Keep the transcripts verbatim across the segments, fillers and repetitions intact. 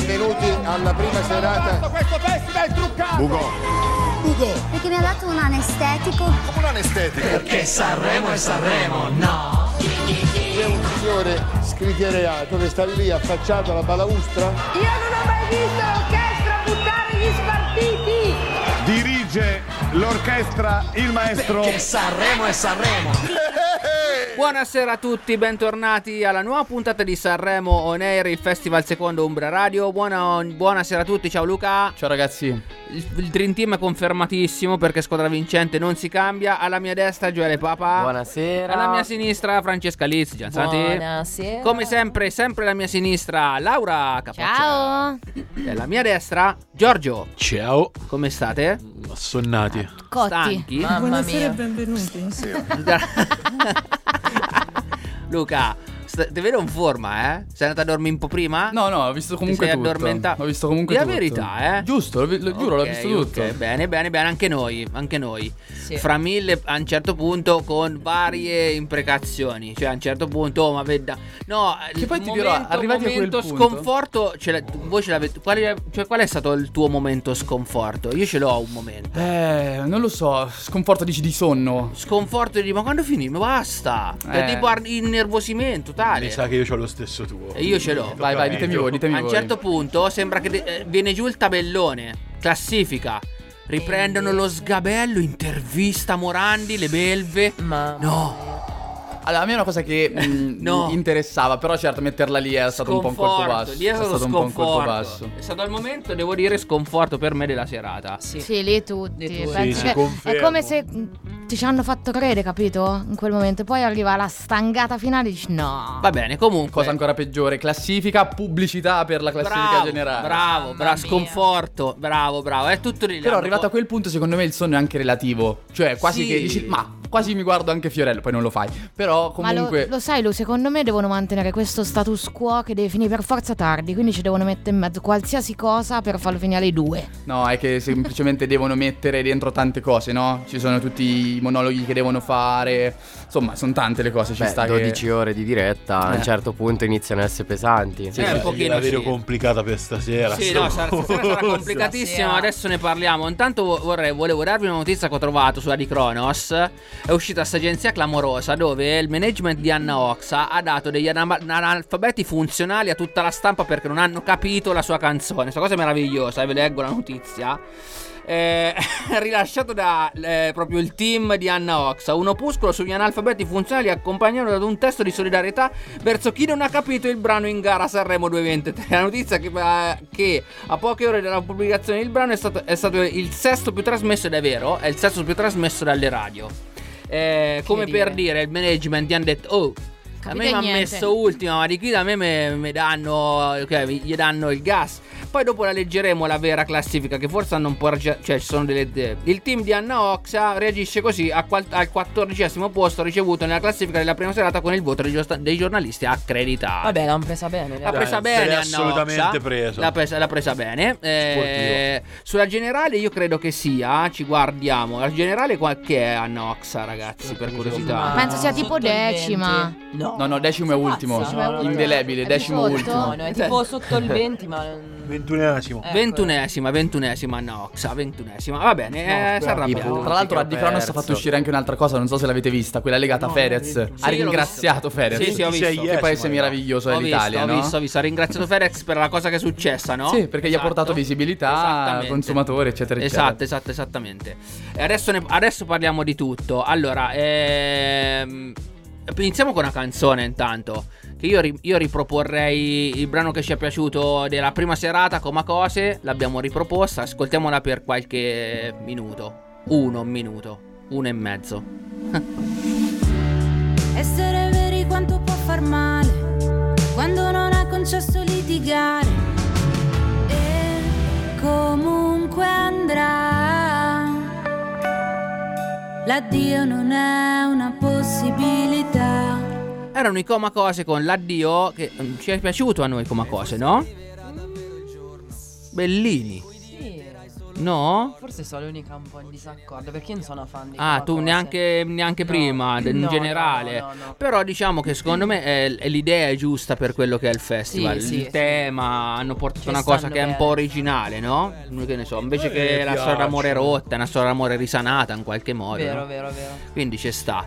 benvenuti alla prima serata. Questo festival truccato! Ugo. Ugo. Perché mi ha dato un anestetico. Come un anestetico? Perché Sanremo è Sanremo, no! C'è un signore scriteriato che sta lì affacciato alla balaustra. Io non ho mai visto l'orchestra buttare gli spartiti! Dirige l'orchestra il maestro. Perché Sanremo è Sanremo! Buonasera a tutti, bentornati alla nuova puntata di Sanremo On Air, il festival secondo Umbria Radio. Buona, buonasera a tutti, ciao Luca. Ciao ragazzi. Il, il Dream Team è confermatissimo perché squadra vincente non si cambia. Alla mia destra Gioele Papa. Buonasera. Alla mia sinistra Francesca Lizzi. Buonasera. Come sempre, sempre alla mia sinistra Laura Capoccia. Ciao. E alla mia destra Giorgio. Ciao. Come state? Assonnati. Cotti. Stanchi? Mamma Buonasera mia. e benvenuti. Luca, st- ti vedo in forma, eh? Sei andata a dormire un po' prima? No, no, ho visto comunque Ti sei tutto. addormentato? Ho visto comunque Di la tutto. verità, eh? Giusto, lo, lo giuro, l'ho Ok, visto tutto. ok, bene, bene, bene, anche noi, anche noi. Sì. Fra mille a un certo punto con varie imprecazioni. Cioè a un certo punto, oh, ma veda. No, Che il poi ti dirò, momento, arrivati a quel momento punto- sconforto ce l'ha- voi ce l'avete. Qual è, cioè, qual è stato il tuo momento sconforto? Io ce l'ho un momento. Eh, non lo so, sconforto dici di sonno. Sconforto di ma quando finì? Ma basta. È Eh. tipo ar- innervosimento tale. Mi sa che io ho lo stesso tuo. E io ce l'ho. Vai, vai, ditemi voi, ditemi A un voi. certo punto sembra che de- eh, viene giù il tabellone. Classifica. Riprendono lo sgabello, intervista Morandi, le belve. Ma No. Allora, a me è una cosa che mh, No. mi interessava, però certo metterla lì è stato un po' un colpo Sconforto, basso. lì è stato, un po' un colpo sconforto. basso. È stato il momento, devo dire, sconforto per me della serata. sì. Sì, lì tutti. Lì tutti. Penso Sì, che sì, confermo. è come se mh, ti ci hanno fatto credere, capito? In quel momento. Poi arriva la stangata finale e dici no. Va bene, comunque. Cosa ancora peggiore, classifica, pubblicità per la classifica bravo, generale. Bravo, Mamma bravo, mia. sconforto. Bravo, bravo. È tutto lì. Però arrivato a quel punto secondo me il sonno è anche relativo. Cioè quasi Sì. che dici, ma quasi mi guardo anche Fiorello, poi non lo fai. Però Ma lo, comunque... lo sai, Lu, secondo me devono mantenere questo status quo che deve finire per forza tardi. Quindi ci devono mettere in mezzo qualsiasi cosa per farlo finire alle due. No, è che semplicemente devono mettere dentro tante cose, no? Ci sono tutti i monologhi che devono fare. Insomma, sono tante le cose. Ci Beh, sta dodici che... ore di diretta, a Eh. un certo punto iniziano a essere pesanti. Sì, un pochino la vedo sì. complicata per stasera. Sì, sto no, sarà, stasera sarà cosa. complicatissimo. Stasera. Adesso ne parliamo. Intanto vo- vorrei, volevo darvi una notizia che ho trovato sulla di Kronos. È uscita questa agenzia clamorosa dove il management di Anna Oxa ha dato degli anam- analfabeti funzionali a tutta la stampa perché non hanno capito la sua canzone. Questa cosa è meravigliosa, eh, ve leggo la notizia. Eh, rilasciato da eh, proprio il team di Anna Oxa, un opuscolo sugli analfabeti funzionali accompagnato da un testo di solidarietà verso chi non ha capito il brano in gara a Sanremo duemilaventitré. La notizia che, eh, che a poche ore dalla pubblicazione del brano è stato, è stato il sesto più trasmesso, ed è vero, è il sesto più trasmesso dalle radio. Eh, come dire. per dire, il management gli hanno detto: oh, a Capite me mi hanno niente. messo ultima, ma di qui da me me, me danno, ok, gli danno il gas. Poi dopo la leggeremo la vera classifica, che forse hanno un po' raggi- cioè ci sono delle de- il team di Anna Oxa reagisce così a qual- al quattordicesimo posto ricevuto nella classifica della prima serata con il voto dei, gio- dei giornalisti accreditati. Vabbè, l'hanno presa bene. L'ha dai. presa Dai, bene se l'è Anna assolutamente Oxa. presa. L'ha presa, l'ha presa bene. Eh, sulla generale io credo che sia, ci guardiamo. La generale qual- che è Anna Oxa, ragazzi, per curiosità. Penso sia tipo Sotto il decima. venti. No, No, no, decimo è ultimo. Decimo è ultimo. Indelebile, È decimo di ultimo. No, no, è tipo sotto il venti, ma... Ventunesimo. Ecco. ventunesima, ventunesima Anna Oxa, ventunesima. Va bene, eh, si è arrabbiato. Tra l'altro a Che Di ho Kronos ha perso. fatto uscire anche un'altra cosa, non so se l'avete vista, quella legata a Fedez. Ha Sì, l'ho ringraziato Fedez. Sì, sì, ho visto. ventisei Che paese meraviglioso è Ho visto, l'Italia, ho no? visto, ho visto. Ha ringraziato Ferex per la cosa che è successa, no? Sì, perché gli ha Esatto. portato visibilità, Esattamente. consumatori, eccetera, eccetera. Esatto, esatto, esattamente. E adesso, ne- adesso parliamo di tutto. Allora, ehm, iniziamo con una canzone intanto. Che io, ri- io riproporrei il brano che ci è piaciuto della prima serata, Coma Cose. L'abbiamo riproposta. Ascoltiamola per qualche minuto. Uno minuto. Uno e mezzo. Essere veri quanto può far male quando non ha concesso litigare. E comunque andrà. L'addio non è una possibilità. Erano i Coma Cose con l'addio. Che mm, ci è piaciuto a noi Coma Cose, no? Bellini. No? Forse sono l'unica un po' in disaccordo perché io non sono fan di Ah, tu cose. neanche, neanche No. prima, in No, generale. no, no, no. Però diciamo che secondo me è, è l'idea è giusta per quello che è il festival. Sì, il sì, tema, hanno portato Ci una cosa stanno che è un bene. po' originale, no? Che ne so, invece Eh, che la storia d'amore piacciono. rotta, è una storia d'amore risanata in qualche modo. Vero, no? vero, vero. Quindi ci sta.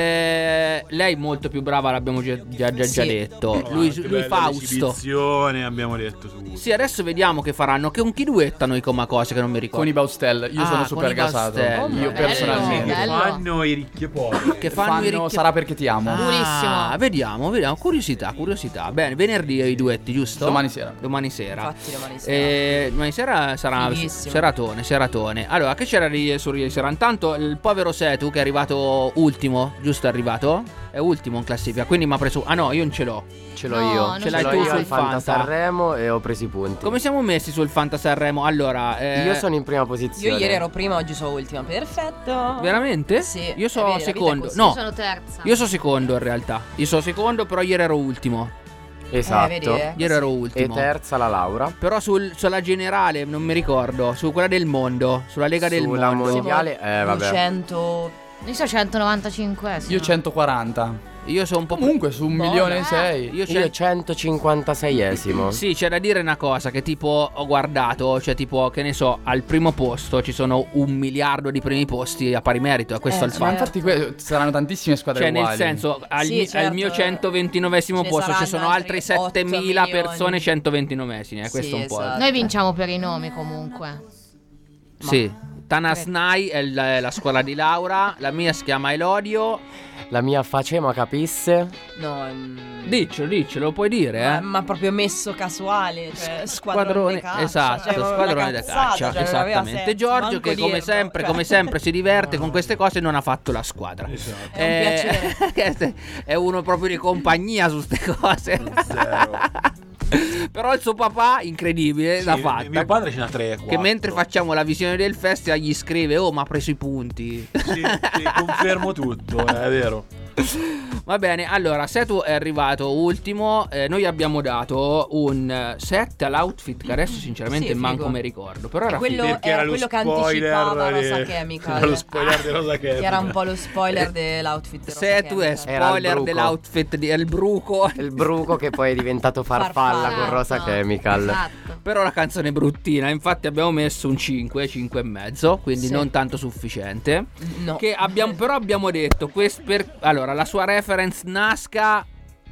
Eh, lei molto più brava, l'abbiamo già, già, già, già Sì. detto. No, lui anche lui bella Fausto. l'esibizione, abbiamo detto tutto. Sì, adesso vediamo che faranno. Che un chi duettano i Comacose che non mi ricordo. Con i Baustel, io Ah, sono con super i gasato. Baustel. Io Bello, personalmente. bello. Fanno i ricchi e poveri. Che fanno, Fanno i ricchi- Sarà perché ti amo. Ah, Durissimo. vediamo, vediamo. Curiosità, curiosità. Bene, venerdì i duetti, giusto? Domani sera. Domani sera. Infatti domani sera. E domani sera sarà Fighissimo. seratone, seratone. Allora, che c'era di su ieri sera? Intanto il povero Setu che è arrivato ultimo, giusto? È arrivato? È ultimo in classifica, quindi mi ha preso. Ah no, io non ce l'ho. Ce l'ho No, io. non Ce l'hai l'ho tu io sul al Fanta Fanta. Sanremo e ho preso i punti. Come siamo messi sul Fanta Sanremo? Allora, eh, Io sono in prima posizione. Io ieri ero prima, oggi sono ultima. Perfetto. Veramente? Sì. Io Eh, sono vedi, la vita è secondo. così. No, Io sono terza. io sono secondo in realtà. Io sono secondo, però ieri ero ultimo. Esatto. Eh, vedi, eh. Ieri ero E ultimo. terza la Laura. Però sul- sulla generale non mi ricordo. Su quella del mondo. Sulla Lega del Sulla Mondo. mondiale, eh vabbè. duecento. Io sono centonovantacinque. Io centoquaranta. Io sono un po' Comunque su un Buona. milione e sei. Io c'è. Io centocinquantaseiesimo. Sì, c'è da dire una cosa che tipo ho guardato, cioè tipo che ne so, al primo posto ci sono un miliardo di primi posti a pari merito, e questo Eh, è il certo. Ma fatto. infatti que- saranno tantissime squadre Cioè uguali. nel senso al, Sì, mi- certo. al mio centoventinovesimo Ce ne posto ci saranno sono altri altri settemila otto persone milioni. centoventinovesimi, eh, questo Sì, è un po'. esatto. Noi vinciamo per i nomi comunque. Sì. Tanasnai è la, è la scuola di Laura, la mia si chiama Elodio. La mia facema capisse. No, mm, Diccelo, diccelo, lo puoi dire, ma, eh? ma proprio messo casuale, cioè squadrone, Squadrone, di caccia, esatto, cioè, proprio squadrone una da cazzata, caccia, cioè, non aveva esattamente. senso, Giorgio manco che come dirlo, sempre, cioè. come sempre si diverte con queste cose e non ha fatto la squadra. Esatto. È un piacere. È uno proprio di compagnia su ste cose. Però il suo papà, incredibile, Sì, l'ha fatta. mio padre ce n'ha tre, Che quattro. mentre facciamo la visione del festival gli scrive: oh, ma ha preso i punti. Sì, sì, confermo tutto, è vero. Va bene, allora Setu è arrivato ultimo. eh, Noi abbiamo dato un sette all'outfit che adesso sinceramente Sì, manco figo. me ricordo. Però era quello figo. Perché era era lo quello che spoiler anticipava di- Rosa Chemical. era lo spoiler di Rosa Che era Chemical. un po' lo spoiler dell'outfit di Rosa Setu è Chemical. Era il spoiler bruco. dell'outfit di El Bruco. Il bruco che poi è diventato farfalla Farfalla. con Rosa Esatto. Chemical. Esatto. Però la canzone è bruttina. Infatti abbiamo messo un cinque, cinque e mezzo. Quindi Sì. non tanto sufficiente. No. Che abbiamo, però abbiamo detto quest- per, allora la sua reference Nasca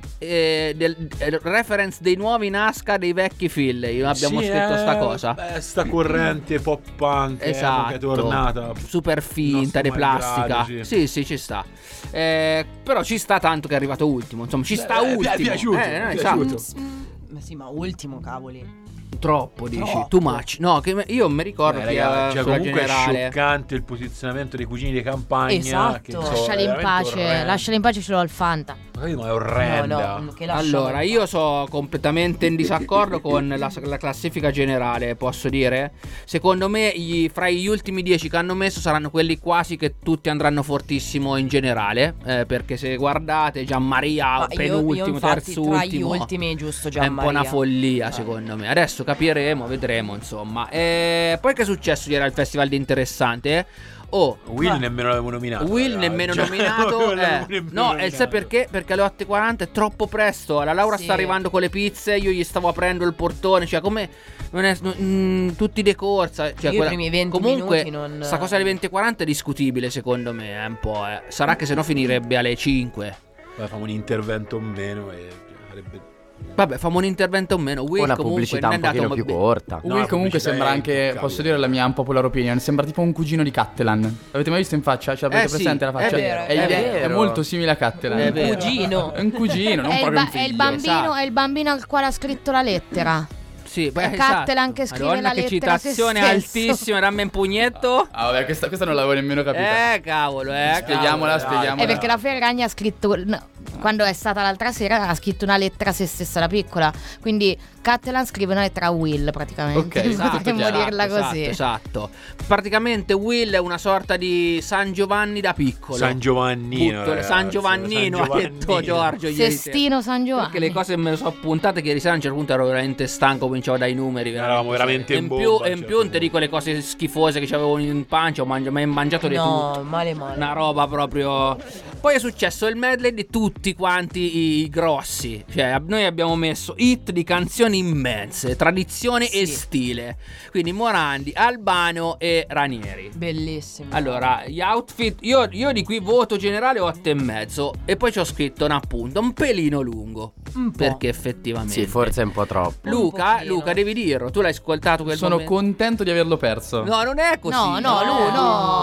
eh, del, eh, reference dei nuovi Nasca dei vecchi Filley. Abbiamo Sì, scritto eh, sta cosa. beh, sta corrente pop punk emo Esatto, che è tornata. super finta, Nostro di plastica. malgrado, Sì. sì, ci sta. Eh, però ci sta tanto che è arrivato ultimo. Insomma, ci sta Beh, mi è ultimo. piaciuto, Eh, mi è no, piaciuto. esatto. Ma sì, ma ultimo, cavoli. Troppo, dici. Troppo. Too much. No, che me- io mi ricordo Beh, che raga, era cioè, sulla comunque è generale. scioccante il posizionamento dei cugini di campagna. Esatto. Che, insomma, Lasciali è in veramente pace, orrendo. lasciali in pace, ce l'ho al Fanta. Ma è No, orrenda. no, che lasciamo Allora, in io sono completamente in disaccordo con la, la classifica generale, posso dire. Secondo me, i- fra gli ultimi dieci che hanno messo saranno quelli quasi che tutti andranno fortissimo in generale. eh, perché se guardate, Gianmaria, Ma io- penultimo, io infatti terzultimo. tra gli ultimi, giusto, È un po' Gianmaria. una follia, Eh. secondo me. Adesso capiremo, vedremo, insomma. E poi che è successo ieri al Festival di Interessante? Oh, Will nemmeno l'avevo nominato. Will ragazzi. nemmeno Cioè, nominato. non eh. l'avevo nemmeno No, e nominato. sai perché? Perché alle otto e quaranta è troppo presto. La Laura Sì. sta arrivando con le pizze. Io gli stavo aprendo il portone. Cioè, come. Non è. non- mm, tutti di corsa. Cioè, Io i primi venti comunque, minuti non- sta cosa alle venti e quaranta è discutibile, secondo me. È un po'. Eh. Sarà che se no finirebbe alle cinque. Beh, famo un intervento o meno e sarebbe. Vabbè, famo un intervento o meno. Will Una comunque pubblicità non è un andato pochino più be- corta. No, Will la comunque pubblicità sembra è anche, intoccabile. posso dire la mia unpopular opinion, sembra tipo un cugino di Cattelan. L'avete mai visto in faccia? Ce l'avete Eh sì, presente la è faccia? vero, è, è è vero. molto simile a Cattelan. È vero. Cugino. È un cugino, non È il, proprio un ba- è il figlio. bambino, esatto. è il bambino al quale ha scritto la lettera. Sì, beh, E Cattelan che scrive Madonna, la che lettera a se citazione stesso. altissima. Dammi un pugnetto. Ah, vabbè, questa, questa non l'avevo nemmeno capita. Eh, cavolo, eh. Spieghiamola, cavolo. spieghiamola. È perché la Ferragni ha scritto, no, quando è stata l'altra sera, ha scritto una lettera a se stessa da piccola. Quindi Cattelan scrive una lettera a Will praticamente. Ok, esatto, potremmo chiaro. dirla così. Esatto, esatto. Praticamente Will è una sorta di San Giovanni da piccolo. San Giovannino. Butto- ragazzi, San Giovannino, San ha detto Giovannino. Giorgio ieri sera. Sestino San Giovanni. Perché le cose me le so appuntate che ieri sera a un certo punto ero veramente stanco, come cominciavo dai numeri. Eravamo veramente e in in bomba, più, a e in un più non ti dico le cose schifose che c'avevo in pancia. Ho mangi- mi hai mangiato di No, tutto. male male. Una roba proprio. Poi è successo il medley di tutti quanti i grossi. Cioè, noi abbiamo messo hit di canzoni immense, tradizione Sì. e stile. Quindi Morandi, Albano e Ranieri. Bellissimo. Allora, gli outfit, io, io di qui voto generale otto e mezzo. E poi ci ho scritto un appunto, un pelino lungo. Un po'. Perché effettivamente. Sì, forse è un po' troppo. Luca, pochino. Luca, devi dirlo. Tu l'hai ascoltato quel Sono momento? contento di averlo perso. No, non è così. No, no, Lu,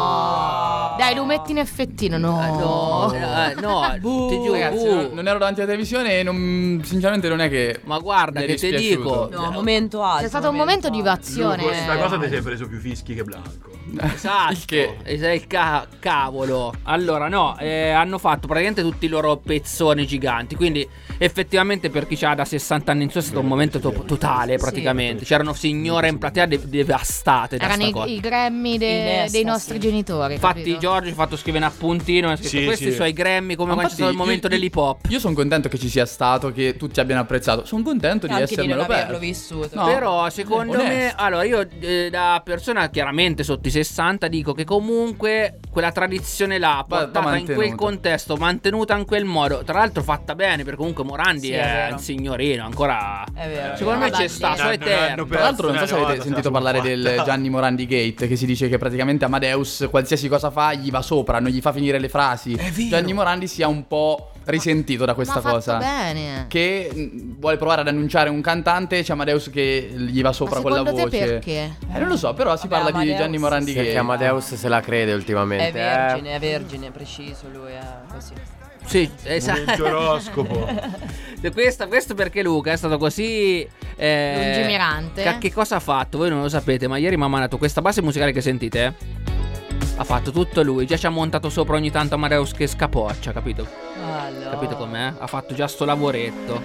no. Dai, Lu, metti in effettino, no. Eh, No, eh, no, ti giuro. Ragazzi, uh, non, non ero davanti alla televisione e non, sinceramente non è che Ma guarda, mi è che ti dispiaciuto. dico. No, momento alto. C'è stato un momento di alto. vazione. Questa cosa ti sei preso più fischi che Blanco. Esatto, Il che? E sei il ca- cavolo. Allora, no, eh, hanno fatto praticamente tutti i loro pezzoni giganti. Quindi, effettivamente, per chi ha da sessanta anni in su, è stato un momento to- totale. Praticamente, c'erano signore in platea de- devastate da Erano sta i, cosa. i Grammy de- In essa, dei nostri sì. genitori. Infatti, capito? Giorgio ci ha fatto scrivere un appuntino. Ha scritto: Sì, questi sì. sono i Grammy. Come Ma quando c'è stato il infatti, momento io- dell'hip hop. Io sono contento che ci sia stato, che tutti abbiano apprezzato. Sono contento di Anche di essermelo non averlo perso. vissuto. No. Però secondo me, Onesto. allora io eh, da persona chiaramente sotto i sessanta dico che comunque quella tradizione là, Va- va portata in quel mantenuta. contesto, mantenuta in quel modo, tra l'altro fatta bene perché comunque Morandi Sì, è è, vero. un signorino, ancora È vero. secondo me è vero. c'è sta, Vabbè, so non eterno. hanno Tra l'altro non so se avete Nota, sentito se la parlare sono del fatta. Gianni Morandi Gate, che si dice che praticamente Amadeus qualsiasi cosa fa gli va sopra, non gli fa finire le frasi. Gianni Morandi sia un po' risentito da questa Ma ha cosa. fatto bene. Che mh, vuole provare ad annunciare un cantante, c'è Amadeus che gli va sopra Ma con la secondo voce. te perché? Eh, non lo so, però si Vabbè, parla di Amadeus, Gianni Morandi Perché Gate. Amadeus se la crede ultimamente. È vergine, è vergine, preciso lui, è così. Sì, esatto. Momento oroscopo. questo, questo perché Luca è stato così eh, Lungimirante. Che, che cosa ha fatto? Voi non lo sapete, ma ieri mi ha mandato questa base musicale che sentite. Ha fatto tutto lui, già ci ha montato sopra ogni tanto Amadeus che scapoccia, capito? Allora. Capito com'è? Ha fatto già sto lavoretto.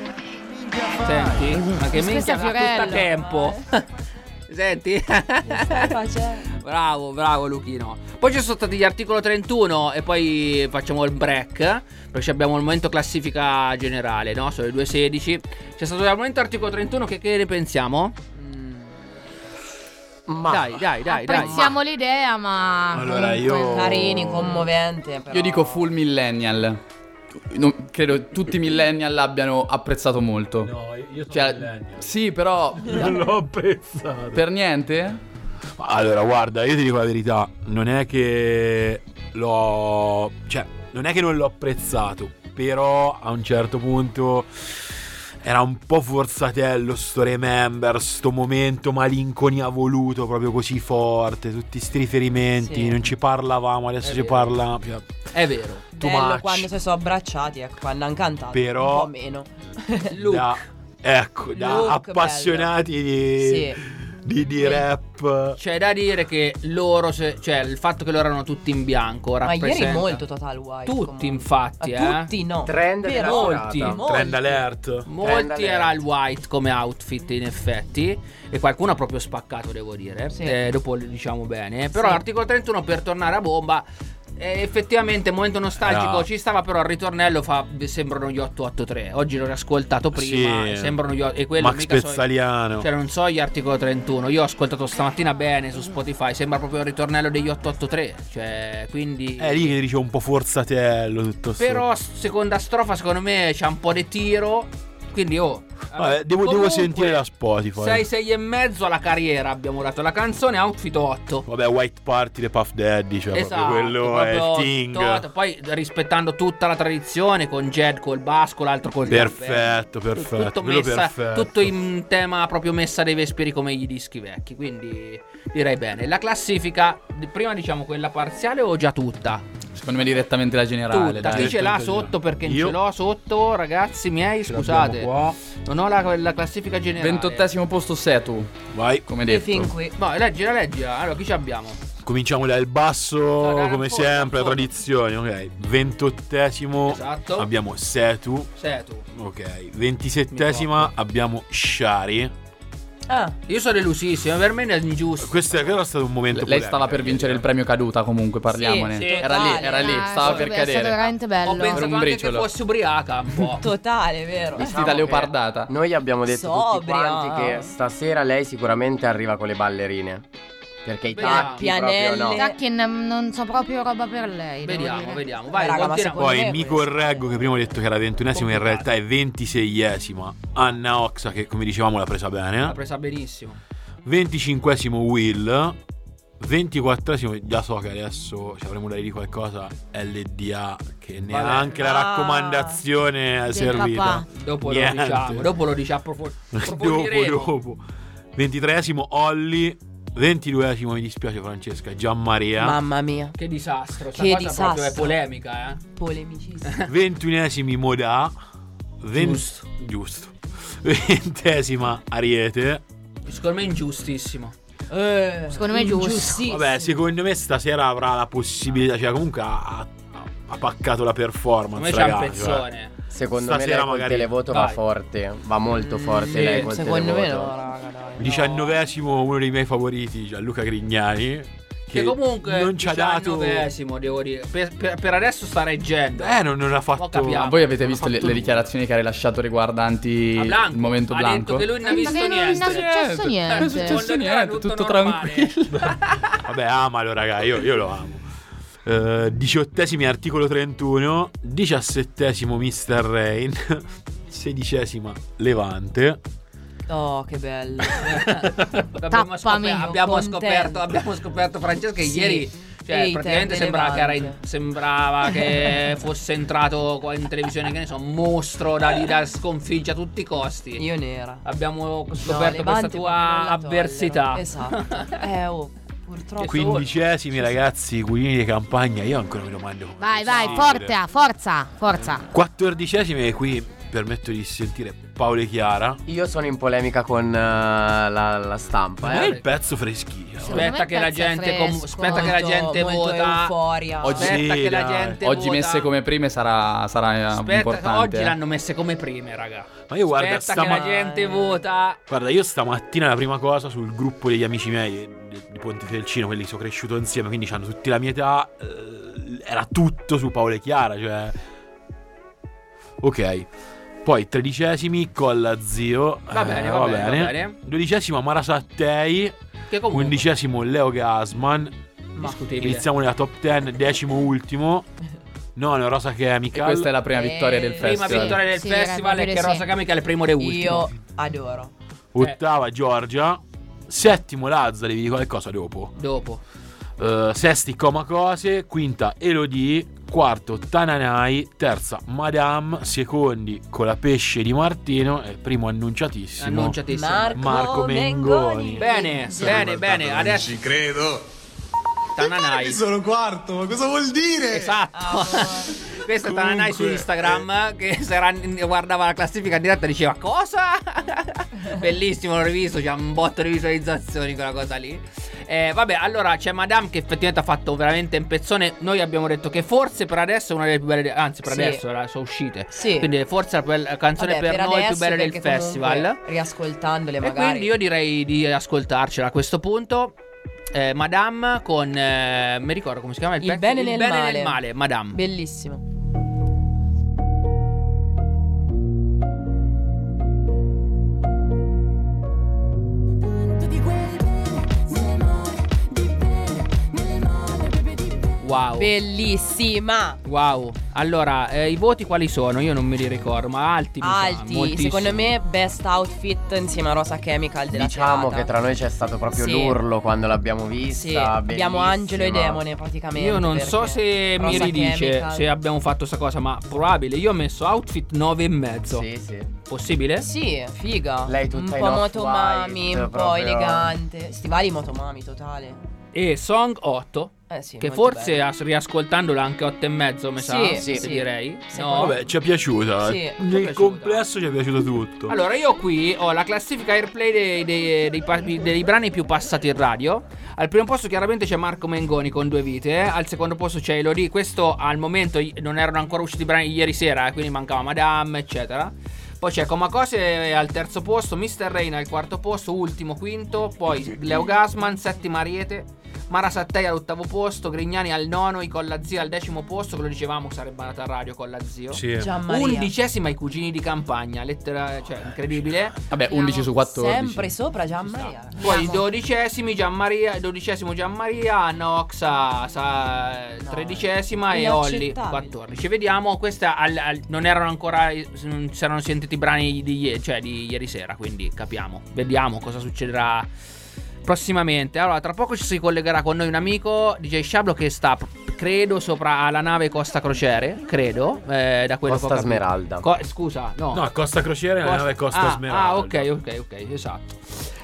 Senti? Ma che minchia, Aspetta, ha tutta Fiorello. tempo. Senti? Stai facendo? Bravo, bravo Luchino. Poi ci sono stati gli articolo trentuno e poi facciamo il break, perché abbiamo il momento classifica generale, no? Sono le due e sedici. C'è stato il momento articolo trentuno, che, che ne pensiamo? Ma Dai, dai, dai, dai. Apprezziamo l'idea, ma Allora io Carini, commovente. Però. Io dico full millennial. Non- credo tutti i millennial l'abbiano apprezzato molto. No, io sono Cioè, millennial. sì, però Non l'ho apprezzato. per niente? Allora, guarda, io ti dico la verità, non è che l'ho, cioè, non è che non l'ho apprezzato, però a un certo punto era un po' forzatello sto Remember, sto momento malinconia voluto proprio così forte, tutti sti riferimenti, Sì. non ci parlavamo, adesso È ci vero. parla, cioè, È vero. too Bello much. quando si sono abbracciati, ecco, quando hanno cantato. Però- Un po' meno. Luke. da, ecco, da Look appassionati di, Sì. di, di rap. C'è da dire che loro, se- cioè il fatto che loro erano tutti in bianco Ma rappresenta ieri molto Total White. tutti, comunque. infatti, Ma eh. tutti no. Trend della Però molti, serata. molti. Trend alert. Molti Trend era alert. il white come outfit in effetti. E qualcuno ha proprio spaccato, devo dire. Sì. Eh, dopo lo diciamo bene. Però Sì. l'articolo trentuno, per tornare a bomba, eh, effettivamente momento nostalgico Era- ci stava. Però il ritornello fa sembrano gli otto otto tre. Oggi l'ho riascoltato prima. Sì. E sembrano gli otto. E quello Max mica so- Pezzaliano. Cioè non so gli articolo trentuno. Io ho ascoltato stamattina bene su Spotify. Sembra proprio il ritornello degli otto otto tre. Cioè quindi È lì che dice un po' forzatello tutto sto. però seconda strofa secondo me c'ha un po' di tiro. Quindi oh Vabbè, devo, devo comunque, sentire la Spotify. sei, sei e mezzo alla carriera abbiamo dato. La canzone outfit otto. Vabbè, White Party, The Puff Daddy, cioè Esatto, proprio quello è il proprio Sting. tot. Poi rispettando tutta la tradizione, con Jed col basco, l'altro col Perfetto, cappello. perfetto, Tutto, quello messa, perfetto. tutto in tema proprio messa dei vesperi come i dischi vecchi. Quindi direi bene. La classifica, prima diciamo quella parziale o già tutta? Secondo me direttamente la generale. Tutta, dai. chi ce l'ha sotto? Perché non Io- ce l'ho sotto, ragazzi miei, Ce scusate. l'abbiamo qua. Non ho la, la classifica generale. ventottesimo posto Setu, Vai, come E detto. fin qui. No, leggila, leggila. Allora, chi ci abbiamo? cominciamo dal basso, Dai, come fondo, sempre, fondo. tradizione. Ok, ventottesimo Esatto. abbiamo Setu. Sei tu. Ok, ventisettesima abbiamo Shari. Ah. Io sono delusissimo, per me è ingiusto. Questo è, era stato un momento Lei polemico, stava per vincere il premio caduta, comunque parliamone. Sì, sì. Era lì, era lì, Ah, stava sì, per beh, cadere. È stato veramente bello. Ho pensato un anche briciolo. che fosse ubriaca un po'. Totale, vero? Vestita leopardata. Noi abbiamo detto tutti Sobria. quanti che stasera lei sicuramente arriva con le ballerine. Perché i Vediamo. tacchi proprio no. I tacchi n- non so proprio roba per lei. devo Vediamo, dire. vediamo. Vai, Raga, ma continua. secondo Poi me mi questo- correggo che prima ho detto che era ventunesima, in realtà è ventiseiesima Anna Oxa, che come dicevamo l'ha presa L'ha bene. presa benissimo. venticinquesimo Will. ventiquattresimo, già so che adesso ci avremo da dire qualcosa, L D A, che neanche la Ah. raccomandazione è Del servita. papà. Dopo Niente. lo diciamo, dopo lo diciamo approfo- dopo, approfondiremo. dopo. ventitreesimo Olli. ventiduesimo mi dispiace Francesca, Gianmaria. Mamma mia. Che disastro, sta Che cosa proprio è disastro. polemica, eh. Polemicissimo. ventunesimi Modà. Ven- Giusto. Giusto. Ventesima Ariete. Secondo me è ingiustissimo. Eh, Secondo me è giusto. ingiustissimo. Vabbè, secondo me stasera avrà la possibilità, cioè comunque ha, ha- ha paccato la performance, Come c'è un ragazzi, pezzone. Secondo Stasera me lei col magari- televoto va Dai. forte. Va molto forte sì, lei col Secondo me televoto. no, raga, dai. no. diciannovesimo uno dei miei favoriti, Gianluca Grignani. Che, Che comunque non ci ha dato. diciannovesimo, devo dire. Per, per- per adesso sta reggendo. Eh, non, non ha Mo' fatto. capiamo. Ma voi avete non ha visto le, fatto le nulla. dichiarazioni che ha rilasciato riguardanti A Blanco. il momento ha Blanco? detto che lui non ha Ma visto che non niente. è successo niente. Non è successo Secondo te era niente, tutto tutto normale. tranquillo. Vabbè, amalo, raga, io, io lo amo. Eh, diciottesimi Articolo trentuno. diciassettesimo mister Rain. sedicesima Levante. Oh, che bello. abbiamo, Tappami. scoper- abbiamo Contento. scoperto, abbiamo scoperto Francesco che Sì. ieri, cioè, Hater praticamente di sembrava che, era in- Levante. sembrava che fosse entrato qua in televisione, che ne so, un mostro da, da sconfiggere a tutti i costi. Io nera. Abbiamo No, scoperto Levante questa proprio tua non la tollero. avversità. Esatto. Eh, oh, purtroppo. Quindicesimi, ragazzi, Quini di campagna. Io ancora mi domando come Vai, vai, possibile. forza, forza, forza. Quattordicesimi, e qui permetto di sentire Paolo e Chiara. Io sono in polemica con eh, la, la stampa. Ma è Eh. il pezzo freschino. Secondo me Aspetta il che la pezzo è gente com- fresco. aspetta che la Molto- gente molto vota. euforia. Oggi- Aspetta Sì, che la dai. gente Oggi vota. messe come prime sarà, sarà eh, Aspetta, importante. oggi eh. l'hanno messe come prime, raga. Ma io guarda, Aspetta che stama- la gente vota. Guarda, io stamattina la prima cosa sul gruppo degli amici miei di, di Pontefelcino, quelli che sono cresciuto insieme, quindi hanno tutti la mia età, eh, era tutto su Paolo e Chiara, cioè. Ok. Poi tredicesimi Colla Zio. Va bene, va bene, va bene. Dodicesimo Mara Sattei. Che comunque Quindicesimo Leo Gasman. discutibile. Iniziamo nella top dieci. Decimo ultimo. Nono Rosa E Chemical. questa è la prima Eh, vittoria del Prima festival. vittoria del Sì, festival direi e che sì. Rosa Chemical è il primo e ultimo. Io adoro. Ottava Giorgia. Settimo Lazzari, vi dico qualcosa dopo. Dopo. Uh, sesti Coma Cose. Quinta Elodie. Quarto Tananai. Terza Madame. Secondi con la pesce di Martino. E primo annunciatissimo Annunciatissimo. Marco, Marco Mengoni. Bene, bene, bene. Adesso Ci credo. Tananai. Sono quarto, ma cosa vuol dire? Esatto. Questa è Tananai su Instagram che se era- guardava la classifica in diretta e diceva cosa? Bellissimo, l'ho rivisto, c'è un botto di visualizzazioni quella cosa lì. Eh, vabbè, allora c'è Madame che effettivamente ha fatto veramente un pezzone. Noi abbiamo detto che forse per adesso è una delle più belle, anzi per Sì. adesso era- sono uscite. Sì. Quindi forse la, la canzone Vabbè, per, noi più adesso, bella del perché comunque, festival. riascoltandole E magari. quindi io direi di ascoltarcela a questo punto. Eh, Madame con eh, mi ricordo come si chiama il, Il pezzo? bene il nel bene male. nel male, Madame. Bellissimo. Wow. Bellissima. Wow. Allora, eh, i voti quali sono? Io non me li ricordo, ma alti mi sa, Alti. moltissimo. Secondo me best outfit insieme a Rosa Chemical della Diciamo serata. che tra noi c'è stato proprio Sì. l'urlo quando l'abbiamo vista. Sì, abbiamo bellissima. Angelo e Demone praticamente. Io non so perché se mi Rosa ridice Chemical- se abbiamo fatto sta cosa, ma probabile. Io ho messo outfit nove e mezzo. Sì, sì. Possibile? Sì, figa. Lei tutta un in po' off-white, motomami, un po' proprio- elegante. Stivali motomami totale. E Song otto. Eh sì, Che molto forse bello. as- riascoltandola anche otto e mezzo, mi Sì, sa. sì, se sì. direi. Secondo No. Vabbè, ci è piaciuta. Sì. Nel piaciuta. complesso ci è piaciuto tutto. Allora, io qui ho la classifica airplay dei, dei, dei, pa- dei brani più passati in radio. Al primo posto chiaramente c'è Marco Mengoni con Due Vite. Al secondo posto c'è Elodie. Questo al momento i- non erano ancora usciti i brani ieri sera, eh, quindi mancava Madame, eccetera. Poi c'è Comacose al terzo posto, mister Reina al quarto posto, ultimo, quinto. Poi Leo Gasman, settima Ariete, Mara Sattei all'ottavo posto, Grignani al nono, i Colla Zia al decimo posto, che lo dicevamo che sarebbe andata a radio Colla Zio. Sì. Undicesima i Cugini di Campagna, lettera, cioè incredibile. Vabbè, undici su quattordici. Sempre sopra Gianmaria. Poi i dodicesimi Gianmaria, dodicesimo Gianmaria, Anna Oxa sa, tredicesima e Olli quattordici. Vediamo, queste al, al, non erano ancora, non si erano sentiti i brani di, ieri, cioè di ieri sera, quindi capiamo. Vediamo cosa succederà prossimamente. Allora, tra poco ci si collegherà con noi un amico, D J Shablo, che sta, credo, sopra la nave Costa Crociere, credo, eh, da quello Costa che ho capito. Smeralda. Co- scusa, no. No, Costa Crociere è la nave Costa ah, Smeralda. Ah, ok, ok, ok, esatto.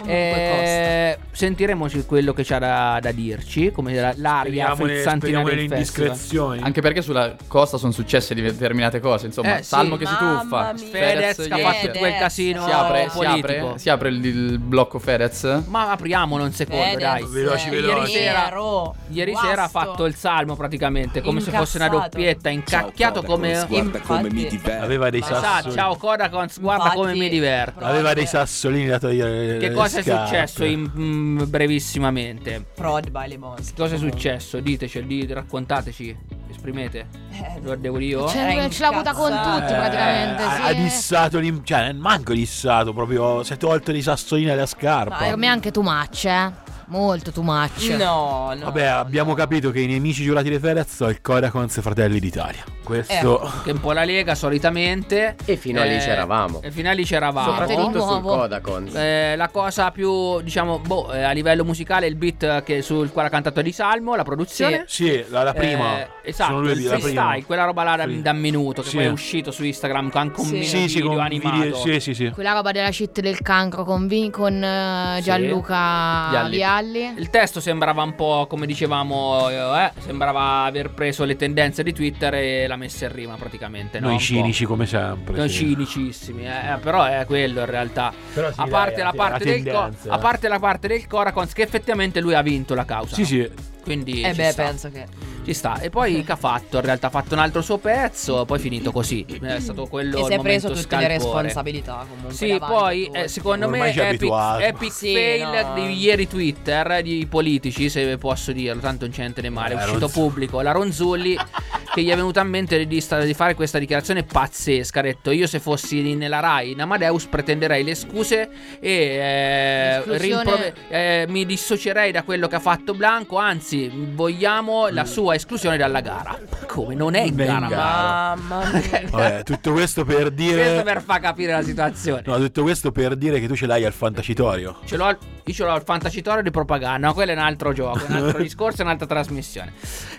Eh, sentiremo quello che c'ha da, da dirci, come la, l'aria frizzantina del festival. Anche perché sulla costa sono successe determinate cose. Insomma, Eh, Salmo sì. che si Mamma tuffa, mia. Fedez che ha fatto ieri- quel casino si apre, si politico. apre, si apre il, il blocco Fedez. Ma apriamolo un secondo, Fedez, dai. Veloci, Ieri veloci. sera, Nero, ieri guasto. sera ha fatto il salmo praticamente, come se fosse una Incazzato. doppietta, incacchiato come. Guarda come mi diverto. Aveva dei Esatto, sassolini. ciao Kodakons, guarda Infatti, come mi diverto. Aveva dei sassolini da togliere. Che le cosa è scarpe. successo in, mm, brevissimamente? Prod by le Mons. Cosa è successo? Diteci, di, raccontateci, esprimete. Eh, Lo devo io? Ce, ce l'ha avuta con incazzato. tutti praticamente. Eh, sì. ha dissato l'im- cioè manco dissato, proprio si è tolto dei sassolini alla scarpa. Per me anche too much, eh. Molto too much. No, no. Vabbè, abbiamo capito che i nemici giurati di Fedez sono il Kodakons e Fratelli d'Italia. Questo Che un po' la Lega solitamente. E fino a lì eh, c'eravamo. E fino a lì c'eravamo. Soprattutto di sul nuovo. Kodakons. Eh, la cosa più, diciamo, boh, eh, a livello musicale, il beat che sul quale ha cantato di Salmo, la produzione. sì, la, la prima. Eh, esatto, Sono lui, il la prima. freestyle, quella roba là da, Sì. da minuto, che Sì. poi è uscito su Instagram con anche un Sì. mini Sì, sì, video con animato. video, sì, sì, sì. Quella roba della cheat del cancro con, Vin- con eh, Sì. Gianluca Vialli. Vialli. Il testo sembrava un po', come dicevamo, eh, sembrava aver preso le tendenze di Twitter e l'ha messa in rima praticamente. No? Noi Un po'. cinici come sempre. Noi sì. cinicissimi, eh, però è quello in realtà. Però sì, a, parte dai, la la parte del co- tendenza. a parte la parte del Kodakons, che effettivamente lui ha vinto la causa. Sì, no? sì. Quindi Eh ci beh, sta. penso che. Ci sta. E poi che ha fatto? In realtà ha fatto un altro suo pezzo, poi è finito così. È stato quello E il si è preso momento tutte le scalpore. responsabilità comunque. Sì, davanti poi a tutti. eh, secondo Ormai me ci è epic, abituato. epic Sì, fail no. di ieri Twitter di politici, se posso dirlo, tanto non c'è niente di male. È Eh, uscito Ronz- pubblico la Ronzulli che gli è venuta in mente di, sta- di fare questa dichiarazione pazzesca. Ha detto: io se fossi nella Rai in Amadeus prenderei le scuse e eh, L'esclusione- rimprove- eh, mi dissocierei da quello che ha fatto Blanco, anzi vogliamo la sua esclusione dalla gara. Ma come? Non è in Non è in gara, gara. Mamma mia. Vabbè, tutto questo per Questo dire. per far capire la situazione. No, tutto questo per dire che tu ce l'hai al fantacitorio. Ce l'ho al, io ce l'ho al fantacitorio di propaganda, ma quello è un altro gioco, un altro discorso, è un'altra trasmissione.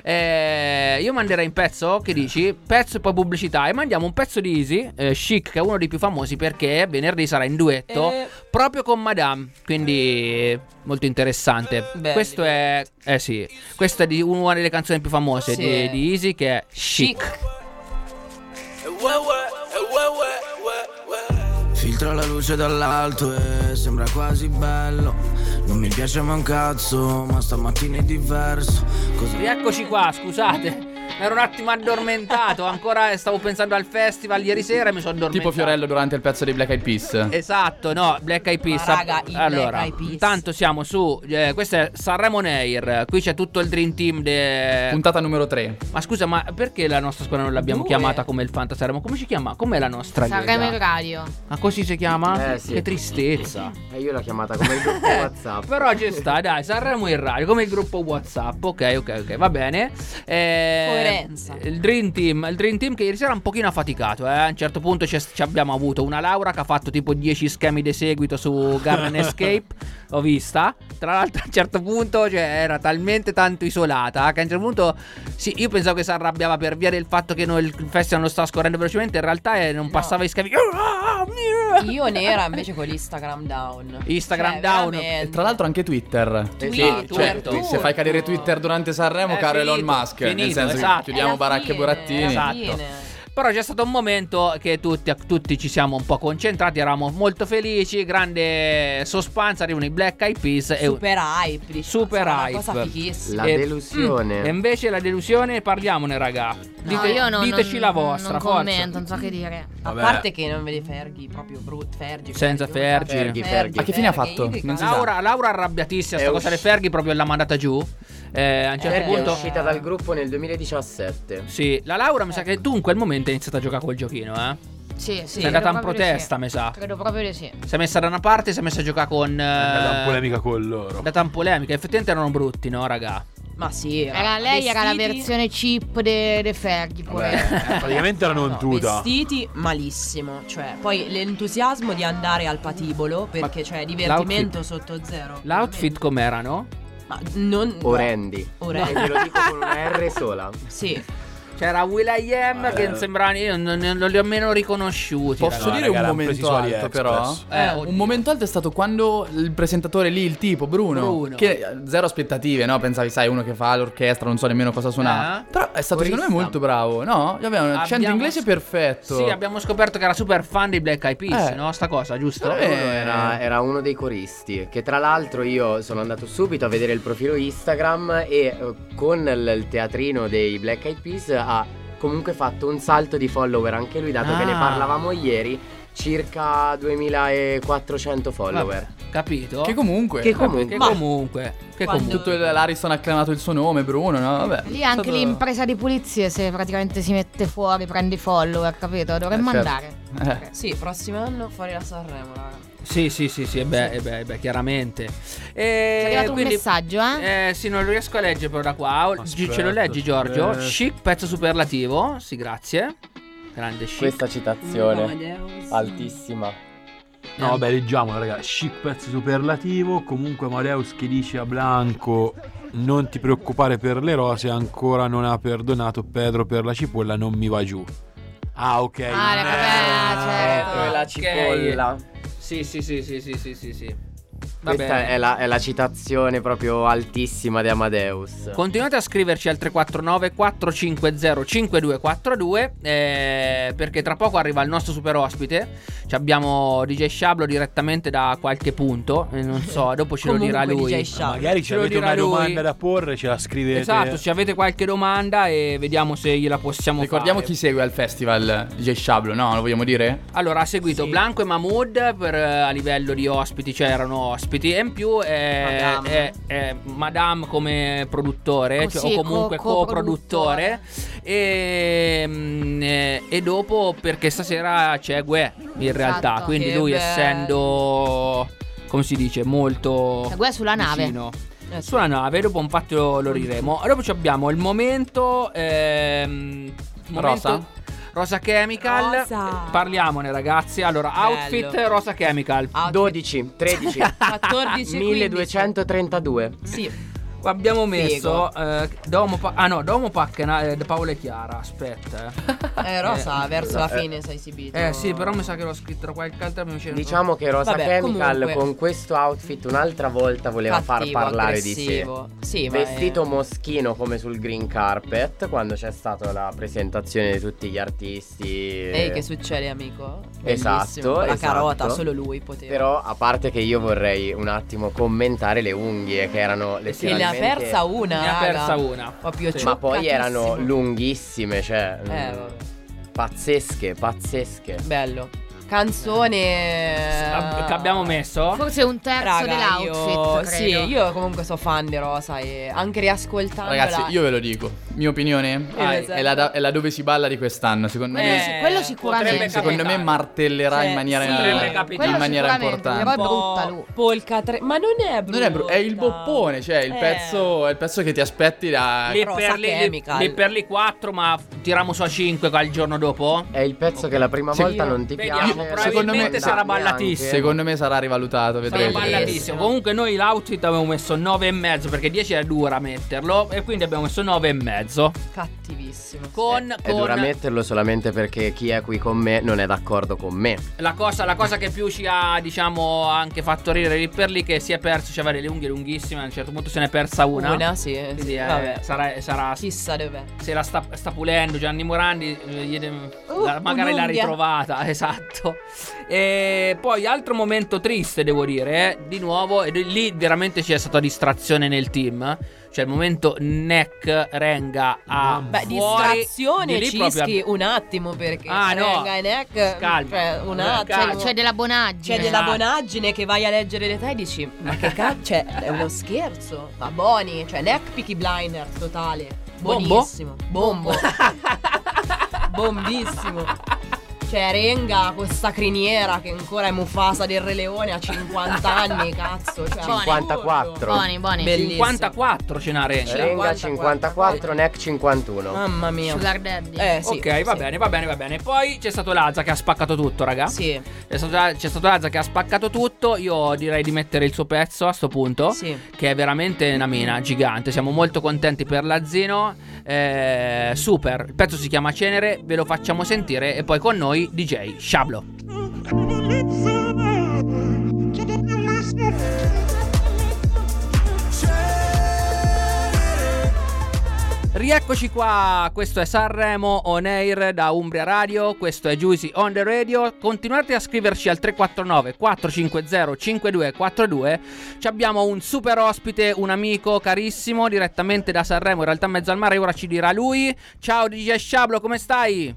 Eh, io manderei un pezzo, che dici? Pezzo e poi pubblicità. E mandiamo un pezzo di Easy, eh, Chic, che è uno dei più famosi, perché venerdì sarà in duetto Eh. proprio con Madame. Quindi molto interessante. Belli. Questo è, eh sì, questa è di una delle canzoni più famose Sì. di, di Easy, che è Chic. Filtra la luce dall'alto e sembra quasi bello. Non mi piace ma un cazzo, ma stamattina è diverso. Cosa... Rieccoci qua, scusate. Ero un attimo addormentato. Ancora stavo pensando al festival ieri sera e mi sono addormentato. Tipo Fiorello durante il pezzo dei Black Eyed Peas. Esatto, no, Black Eyed Peas. Ma raga, i allora, Black Eyed Peas. intanto siamo su eh, questo è Sanremo on Air. Qui c'è tutto il Dream Team de... Puntata numero tre. Ma scusa, ma perché la nostra squadra non l'abbiamo Due. chiamata come il Fanta Sanremo? Come si chiama? Com'è la nostra Sanremo in lega? radio. Ma così si chiama? Eh, sì. Che tristezza. E io l'ho chiamata come il gruppo WhatsApp. Però ci sta, dai, Sanremo in radio, come il gruppo WhatsApp. Ok, ok, ok, va bene. Eh, Coerenza. Il Dream Team, il Dream Team che ieri sera un pochino ha faticato, eh. A un certo punto c'è- ci abbiamo avuto una Laura che ha fatto tipo dieci schemi di seguito su Garden Escape. L'ho vista. Tra l'altro a un certo punto, cioè, era talmente tanto isolata che a un certo punto, sì, io pensavo che si arrabbiava per via del fatto che noi, il festival non stava scorrendo velocemente. In realtà eh, non passava i schemi. Io nera invece con l'Instagram down. Instagram Cioè, down. veramente. E tra l'altro anche Twitter. Twitter, Sì, cioè, tutto. se fai cadere Twitter durante Sanremo, È caro Elon finito, Musk. finito, nel senso esatto. che chiudiamo È la baracche e fine, burattini. è la Esatto. fine. Però c'è stato un momento che tutti, tutti ci siamo un po' concentrati, eravamo molto felici, grande suspense, arrivano i Black Eyed Peas e Super hype, diciamo, super sarà hype. una cosa fighissima. La E- delusione. Mm, e invece la delusione, parliamone, raga. No, Dite- io non, diteci non- la vostra, non forza. commento, non so che dire. A Vabbè. parte che non vedi Fergie, proprio brutto. Fergie, Senza Fergie. Fergie, Fergie. Ma che fine ha Fergie, fatto? io che Non si cazzo- sa. Laura, Laura arrabbiatissima, È sta cosa usci- delle Fergie proprio l'ha mandata giù. Eh, a un certo Fergie è punto. uscita dal gruppo nel duemiladiciassette. Sì, la Laura mi sa che tu in quel momento hai iniziato a giocare col giochino, eh? Sì, sì. Sei andata in credo proprio di protesta, sì. mi sa. Credo proprio di sì. Si è messa da una parte e si è messa a giocare con. È andata in Eh, polemica con loro. data in polemica. Effettivamente erano brutti, no, raga? Ma sì, Era lei, era la vestiti- versione cheap de, de Fergie pure. Eh, praticamente erano in No, tuta. vestiti malissimo. Cioè, poi l'entusiasmo di andare al patibolo, perché c'è divertimento sotto zero. L'outfit com'erano? Ma non. Orendi. Orendi. E te lo dico con una R sola. Sì. C'era will.i.am Eh. che sembravano. Io non, non li ho meno riconosciuti. Posso No, dire raga, un erano presi momento su alto AliExpress. però? Eh, Eh, oddio. un momento alto è stato quando il presentatore lì, il tipo Bruno, Bruno. che zero aspettative, no? Pensavi, sai, uno che fa l'orchestra, non so nemmeno cosa suonava. Eh? Però è stato secondo me Corista. molto bravo, no? Aveva un accento Abbiamo- inglese perfetto. Sì, abbiamo scoperto che era super fan dei Black Eyed Peas, Eh. no? Sta cosa, giusto? Eh. Bruno era, era uno dei coristi. Che tra l'altro io sono andato subito a vedere il profilo Instagram. E eh, con il, il teatrino dei Black Eyed Peas ha comunque fatto un salto di follower anche lui, dato che ne Ah. parlavamo ieri. Circa duemilaquattrocento follower. Vabbè, capito? Che comunque. Che Vabbè, comunque. Che Ma- comunque. Che Quando- comunque. Tutto l'Ariston ha acclamato il suo nome, Bruno, no? Vabbè. Lì anche Stato- l'impresa di pulizie, se praticamente si mette fuori, prende i follower, capito? Dovremmo Eh, certo. andare. Eh. Sì, prossimo anno fuori da Sanremo, raga. Sì, sì, sì, sì, e beh, e beh, e beh, chiaramente. E È arrivato quindi- un messaggio, eh? Eh, sì, non lo riesco a leggere però da qua. Oh, Aspetta, ce lo leggi, Giorgio? aspetta. Chic, pezzo superlativo. Sì, grazie. Grande chic. Questa citazione Amadeus. altissima. No, vabbè, leggiamola, raga. Chic pezzo superlativo. Comunque Amadeus che dice a Blanco: non ti preoccupare per le rose, ancora non ha perdonato Pedro per la cipolla, non mi va giù. Ah, ok. Ah, non vabbè, è- certo. Pedro e la ok. cipolla. Sì, sì, sì, sì, sì, sì, sì, sì. Va Questa bene. è la, è la citazione proprio altissima di Amadeus. Continuate a scriverci al tre quattro nove quattro cinque zero cinque due quattro due eh, perché tra poco arriva il nostro super ospite. Ci abbiamo D J Shablo direttamente da qualche punto, eh, non so, dopo ce lo dirà Comunque lui. D J Shablo. Magari Ce se lo avete dirà una lui. domanda da porre, ce la scrivete. Esatto, se avete qualche domanda e vediamo se gliela possiamo Ricordiamo fare. chi segue al festival D J Shablo, no? Lo vogliamo dire? Allora ha seguito Sì. Blanco e Mahmood per, eh, a livello di ospiti, cioè erano ospiti e in più eh, Madame. eh, eh, Madame come produttore, Oh, cioè, sì, o comunque co- coproduttore e, mm, eh, e dopo perché stasera c'è Gue in realtà, Esatto. quindi Che lui bello. essendo, come si dice, molto La Gue sulla nave. vicino. Eh, sì. Sulla nave, dopo un fatto lo, lo riremo. Dopo ci abbiamo il momento, ehm, momento Rosa? Rosa Chemical. Rosa. Parliamone, ragazzi. Allora, Bello. outfit Rosa Chemical. Outfit. dodici, tredici, quattordici, milleduecentotrentadue. Sì. Abbiamo messo eh, Domo Pa- Ah no, Domo Pacchena eh, Paolo e Chiara. Aspetta. eh. Eh, Rosa, Eh, verso la eh. fine si è esibito. Eh sì, però mi sa che l'ho scritto da qualche altra. mi dice- Diciamo che Rosa Vabbè, Chemical comunque. con questo outfit un'altra volta voleva far Cattivo, parlare di sé. aggressivo. Sì, ma Vestito è- moschino come sul green carpet quando c'è stata la presentazione di tutti gli artisti. Ehi, che succede, amico? Esatto, Bellissimo, con la esatto. carota, solo lui poteva. Però a parte che io vorrei un attimo commentare le unghie che erano Che letteralmente ne ha persa una, Ne ha raga. persa una. Proprio Ma poi erano cioccatissimo. lunghissime, cioè Eh, mm, vabbè. pazzesche, pazzesche. Bello. Canzone Ab- Che abbiamo messo? Forse un terzo Raga, dell'outfit, io, credo. sì, io comunque sono fan di Rosa e anche riascoltandola. Ragazzi, io ve lo dico. Mia opinione Vai. è la, da- è la dove si balla di quest'anno. Secondo Eh, me, Sì, quello potrebbe sicuramente. secondo me capitare. martellerà Cioè, in maniera, sì. Potrebbe capitare. Quello in maniera sicuramente, importante. però è Un po' brutta lui. Polka tre, ma non è brutta. Non è, bru- è il boppone, cioè il, Eh. pezzo, è il pezzo che ti aspetti da. Lì Rosa per, lì, Chemical. lì per lì quattro, ma tiriamo su a cinque al giorno dopo? È il pezzo che la prima Sì. volta non ti Vediamo. piace. vediamo. Probabilmente sarà ballatissimo. Secondo me sarà rivalutato. Sarà ballatissimo. Comunque noi l'outfit abbiamo messo nove e mezzo perché dieci è dura metterlo e quindi abbiamo messo nove e mezzo. Cattivissimo. Con, È con dura metterlo solamente perché chi è qui con me non è d'accordo con me. la cosa, la cosa che più ci ha, diciamo, anche fatto ridere lì per lì, che si è perso, cioè avere le unghie lunghissime. A un certo punto se ne è persa una. Una, sì. Quindi sì. eh, Vabbè. sarà, sarà Chissà dov'è. se la sta, sta pulendo Gianni Morandi, eh, gli- Uh, la- magari l'ha un'unghia. ritrovata. Esatto. E poi altro momento triste, devo dire, eh, di nuovo, e lì veramente c'è stata distrazione nel team. Cioè il momento neck Renga a Beh, fuori, distrazione, di lì proprio a- Cischi, un attimo perché Ah, no. Renga e Neck, Calma. cioè un Calma. attimo. C'è della bonaggine. C'è della bonaggine che vai a leggere le età e dici ma che cazzo, cioè è uno scherzo. Ma Boni, cioè Neck Peaky Blinders totale. Bombo? Buonissimo. Bombo. Bombissimo. Cioè Renga, questa criniera che ancora è Mufasa del Re Leone a cinquanta anni, cazzo. Cioè, cinquantaquattro. Buoni, buoni. Bellissimo. cinquantaquattro ce n'ha Renga. Renga cinquantaquattro, Neck cinquantuno. Mamma mia. Sugar Daddy. Eh sì. Ok, va sì. bene, va bene, va bene. Poi c'è stato Lazza che ha spaccato tutto, raga. Sì. C'è stato, c'è stato Lazza che ha spaccato tutto. Io direi di mettere il suo pezzo a sto punto. Sì. Che è veramente una mina gigante. Siamo molto contenti per Lazzino. Eh, super. Il pezzo si chiama Cenere. Ve lo facciamo sentire. E poi con noi D J Shablo. Rieccoci qua, questo è Sanremo On Air da Umbria Radio, questo è Juicy on the Radio. Continuate a scriverci al tre quattro nove quattro cinque zero cinque due quattro due. Ci abbiamo un super ospite, un amico carissimo direttamente da Sanremo, in realtà in mezzo al mare, ora ci dirà lui. Ciao D J Shablo, come stai?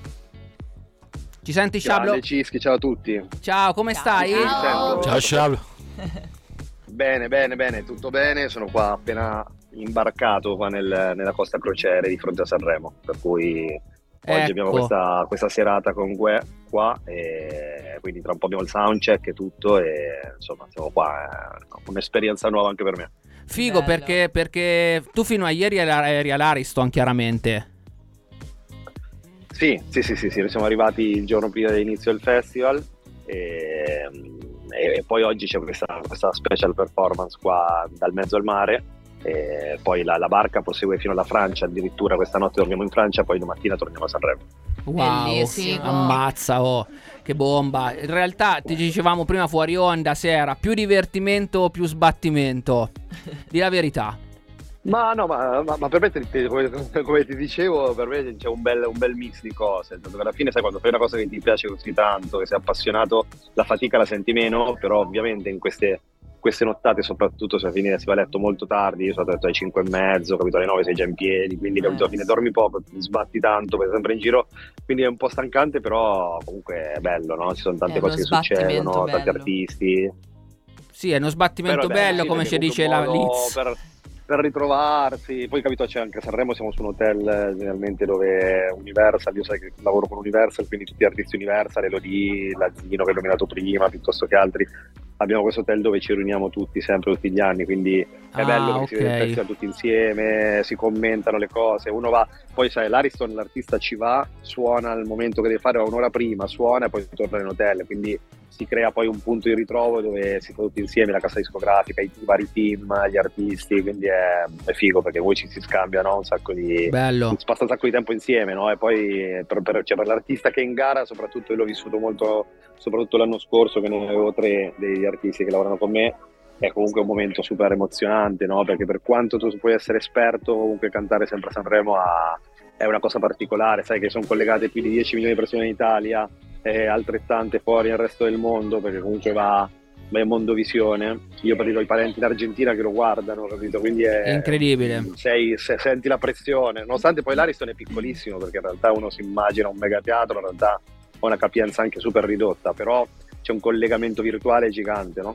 Ci senti Shablo? Grande Cischi, ciao a tutti. Ciao, come stai? Ciao. Ciao Shablo. Bene, bene, bene, tutto bene. Sono qua appena imbarcato qua nel- nella Costa Crociere di fronte a Sanremo, per cui oggi Ecco. abbiamo questa, questa serata con Gue qua e quindi tra un po' abbiamo il soundcheck e tutto e insomma siamo qua, è un'esperienza nuova anche per me. Figo, perché, perché tu fino a ieri eri all'Ariston, chiaramente. Sì, sì, sì, sì, sì, noi siamo arrivati il giorno prima dell'inizio del festival e, e poi oggi c'è questa, questa special performance qua dal mezzo al mare e poi la, la barca prosegue fino alla Francia, addirittura questa notte dormiamo in Francia, poi domattina torniamo a Sanremo. Wow, Bellissimo. ammazza, oh, che bomba. In realtà ti dicevamo prima fuori onda se era più divertimento o più sbattimento. Di la verità. Ma no, ma, ma, ma per me, te- come, come ti dicevo, per me c'è un bel, un bel mix di cose. Nel senso che alla fine, sai, quando fai una cosa che ti piace così tanto, che sei appassionato, la fatica la senti meno, però ovviamente in queste, queste nottate, soprattutto se alla fine si va a letto molto tardi, io sono detto alle cinque e mezzo, capito, alle nove sei già in piedi, quindi capito, alla fine dormi poco, ti sbatti tanto, vai sempre in giro, quindi è un po' stancante, però comunque è bello, no? Ci sono tante È cose che uno sbattimento succedono, tanti bello. artisti. Sì, è uno sbattimento Però, beh, bello, sì, come perché ci è dice la comunque un modo Liz. per, per ritrovarsi. Poi capito, c'è anche a Sanremo, siamo su un hotel eh, generalmente dove è Universal, io sai che lavoro con Universal, quindi tutti gli artisti Universal, Elodie, Lazzino che ho nominato prima, piuttosto che altri. Abbiamo questo hotel dove ci riuniamo tutti, sempre, tutti gli anni, quindi è Ah, bello che si vede il ok. festival tutti insieme, si commentano le cose, uno va, poi sai, l'Ariston, l'artista ci va, suona al momento che deve fare, va un'ora prima, suona e poi torna in hotel, quindi si crea poi un punto di ritrovo dove si fa tutti insieme, la casa discografica, i, i vari team, gli artisti, quindi è, è figo perché poi ci si scambia, no? Un sacco di... Bello. si passa un sacco di tempo insieme, no? E poi per, per, cioè per l'artista che è in gara, soprattutto io l'ho vissuto molto, soprattutto l'anno scorso che ne avevo tre degli artisti che lavorano con me, è comunque un momento super emozionante, no? Perché per quanto tu puoi essere esperto, comunque cantare sempre a Sanremo ha, è una cosa particolare, sai che sono collegate più di dieci milioni di persone in Italia e altrettante fuori nel resto del mondo, perché comunque va, va in Mondovisione. Io per dire, ho i parenti in Argentina che lo guardano, capito? Quindi è, È incredibile. sei, se, senti la pressione, nonostante poi l'Ariston è piccolissimo, perché in realtà uno si immagina un megateatro, in realtà ha una capienza anche super ridotta, però c'è un collegamento virtuale gigante, no?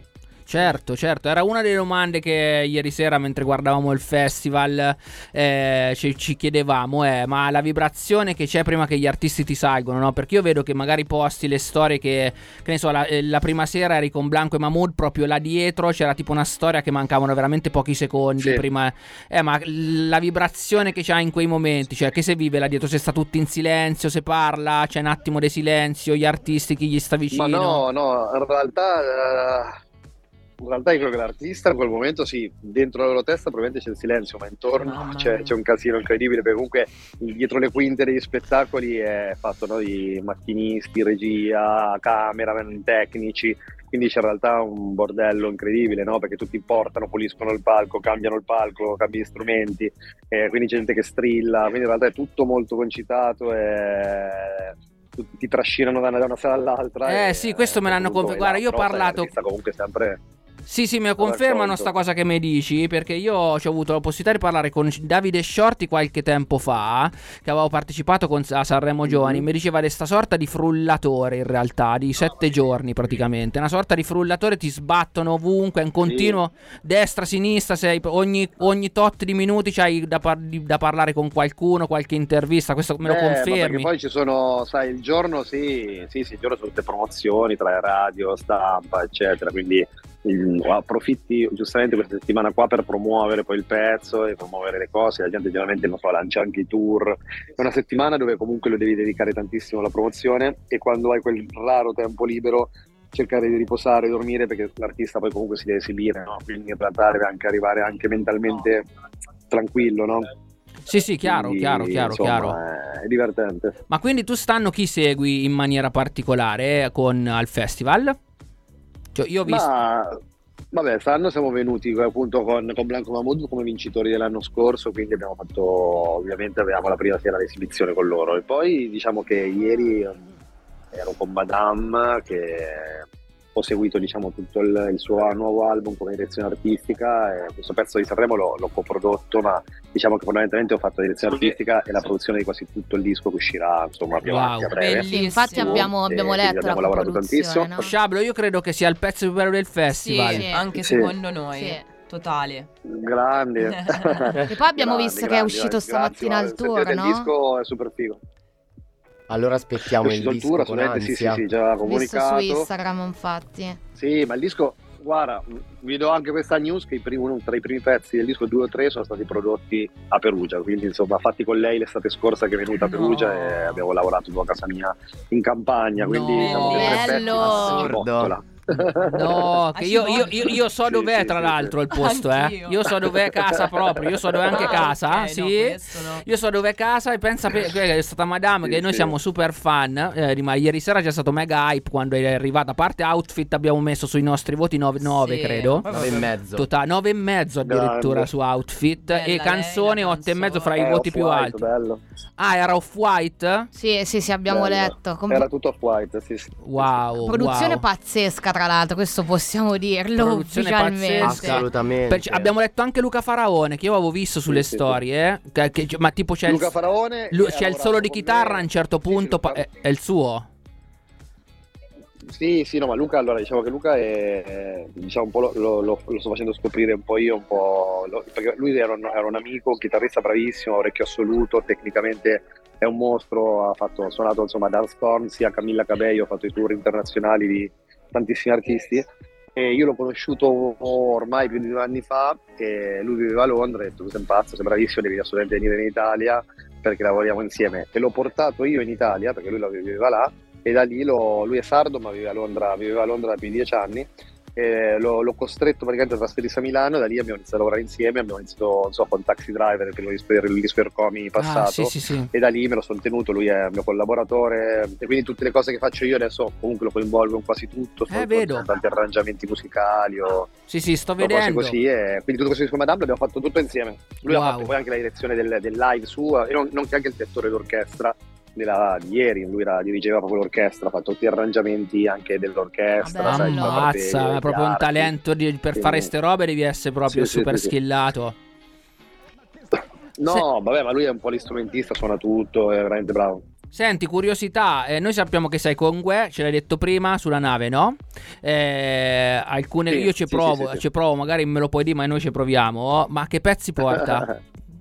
Certo, certo, era una delle domande che ieri sera mentre guardavamo il festival eh, ci, ci chiedevamo, eh, ma la vibrazione che c'è prima che gli artisti ti salgono, no? Perché io vedo che magari posti le storie che, che ne so, la, la prima sera eri con Blanco e Mahmood, proprio là dietro c'era tipo una storia che mancavano veramente pochi secondi Sì. prima, eh, ma la vibrazione che c'ha in quei momenti, cioè che se vive là dietro, se sta tutti in silenzio, se parla, c'è un attimo di silenzio, gli artisti, chi gli sta vicino. Ma no, no, in realtà, eh, in realtà io credo che l'artista in quel momento sì, dentro la loro testa probabilmente c'è il silenzio, ma intorno c'è, c'è un casino incredibile, perché comunque dietro le quinte degli spettacoli è fatto, no, di macchinisti, regia, cameraman, tecnici, quindi c'è in realtà un bordello incredibile, no? Perché tutti portano, puliscono il palco, cambiano il palco, cambiano gli strumenti, eh, quindi gente che strilla, quindi in realtà è tutto molto concitato e ti trascinano da una, da una sala all'altra. Eh sì, questo me l'hanno confermato. Guarda, io ho parlato. Comunque sempre. Sì, sì, me lo confermano sta cosa che mi dici, perché io ho avuto la possibilità di parlare con Davide Shorty qualche tempo fa, che avevo partecipato con, a Sanremo Giovani, mi diceva di sta sorta di frullatore in realtà, di sette giorni praticamente, una sorta di frullatore, ti sbattono ovunque, è un continuo destra, sinistra, sei, ogni, ogni tot di minuti c'hai da, par- da parlare con qualcuno, qualche intervista, questo me lo Eh, ma confermi? perché poi ci sono, sai, il giorno sì, sì, sì, il giorno sono tutte promozioni tra le radio, stampa, eccetera, quindi il- approfitti giustamente questa settimana qua per promuovere poi il pezzo e promuovere le cose, la gente generalmente non so, lancia anche i tour, è una settimana dove comunque lo devi dedicare tantissimo alla promozione e quando hai quel raro tempo libero cercare di riposare, dormire, perché l'artista poi comunque si deve esibire, no? Quindi in realtà deve anche arrivare anche mentalmente tranquillo, no? Sì, sì, chiaro, Quindi, chiaro, chiaro, insomma, chiaro. È, è divertente. Ma quindi tu stanno chi segui in maniera particolare eh, con al festival? Cioè, io ho visto. Ma vabbè, quest'anno siamo venuti appunto con, con Blanco Mahmood come vincitori dell'anno scorso, quindi abbiamo fatto, ovviamente avevamo la prima sera l'esibizione con loro e poi diciamo che ieri eh, ero con Madame che ho seguito diciamo tutto il, il suo nuovo album come direzione artistica e questo pezzo di Sanremo l'ho, l'ho coprodotto, ma diciamo che fondamentalmente ho fatto la direzione artistica e la produzione di quasi tutto il disco che uscirà insomma più avanti a breve. Sì, infatti abbiamo, abbiamo E letto quindi abbiamo la lavorato tantissimo. coproduzione, no? Sciablo, io credo che sia il pezzo più bello del festival. Sì, anche Sì. secondo noi. Sì. Totale. Grande. E poi abbiamo Grande, visto che è grande, uscito grazie, stamattina guarda, al tour, sentite no? Il disco è super figo. Allora aspettiamo È il uscito il disco tour, con assolutamente sì, sì, ansia. sì, già Visto su comunicato. Instagram, infatti. Sì, ma il disco, guarda, vi do anche questa news che i primi, uno tra i primi pezzi del disco, due o tre, sono stati prodotti a Perugia, quindi insomma fatti con lei l'estate scorsa che è venuta a Perugia No. e abbiamo lavorato su a casa mia in campagna, quindi No. diciamo che tre pezzi Bello! ma ci bottola. No, che io, io, io, io so Sì, dov'è sì, tra sì, l'altro sì. il posto, eh. Anch'io. Io so dov'è casa proprio, io so dov'è anche Ah, casa, ok, sì. no, questo no. Io so dov'è casa e pensa pe- che è stata Madame, Sì, che noi sì. siamo super fan, eh, ma ieri sera c'è stato mega hype quando è arrivata, a parte outfit abbiamo messo sui nostri voti nove nove Sì. credo. nove e mezzo. Totale nove e mezzo addirittura Grande. su outfit Bella e lei, canzone la otto e mezzo fra i Eh, voti più Off-White, alti. bello. Ah, era Off-White? Sì, sì, sì, abbiamo Bello. letto. Com- Era tutto off-white, sì, sì. Wow, Produzione wow. pazzesca, tra l'altro, questo possiamo dirlo Produzione ufficialmente. pazzesca. Assolutamente. Per- abbiamo letto anche Luca Faraone che io avevo visto sulle Sì, sì, storie, eh, che- che- ma tipo c'è Luca il, Faraone lu- che ha c'è il lavorato solo di con chitarra me. a un certo Sì, sì, punto, Luca- pa- è, è il suo. Sì, sì, no, ma Luca, allora diciamo che Luca è, è- diciamo un po' lo, lo- lo- lo sto facendo scoprire un po' io, un po' lo- perché lui era un, era un amico, un chitarrista bravissimo, orecchio assoluto, tecnicamente è un mostro, ha, fatto, ha suonato insomma Dance Storm, sia Camilla Cabello, ha fatto i tour internazionali di tantissimi artisti e io l'ho conosciuto ormai più di due anni fa e lui viveva a Londra e ho detto tu sei un pazzo, sei bravissimo, devi assolutamente venire in Italia perché lavoriamo insieme e l'ho portato io in Italia perché lui viveva là e da lì lo, lui è sardo ma vive a Londra, viveva a Londra da più di dieci anni e l'ho, l'ho costretto praticamente a trasferirsi a Milano e da lì abbiamo iniziato a lavorare insieme, abbiamo iniziato non so, con Taxi Driver per il disco- il disco Ercomi passato Ah, sì, sì, sì. e da lì me lo sono tenuto, lui è il mio collaboratore e quindi tutte le cose che faccio io adesso comunque lo coinvolgo in quasi tutto, sono, Eh, vedo. sono tanti arrangiamenti musicali o, Sì, sì, sto o cose vedendo. così e quindi tutto questo disco Madame l'abbiamo fatto tutto insieme, lui Wow. ha fatto poi anche la direzione del, del live sua e non, nonché anche il direttore d'orchestra della, di ieri, lui era, dirigeva proprio l'orchestra, ha fatto tutti gli arrangiamenti anche dell'orchestra, Vabbè, sai, bello. fa parte Ammazza, degli è proprio un archi. talento di- per Quindi- fare ste robe devi essere proprio Sì, sì, super sì, sì. skillato. No, vabbè, ma lui è un po' l'istrumentista, suona tutto, è veramente bravo. Senti, curiosità, eh, noi sappiamo che sei con Gue, ce l'hai detto prima, sulla nave, no? Eh, alcune Sì, io ci sì, provo, sì, sì, sì. ci provo, magari me lo puoi dire, ma noi ci proviamo. Ma che pezzi porta?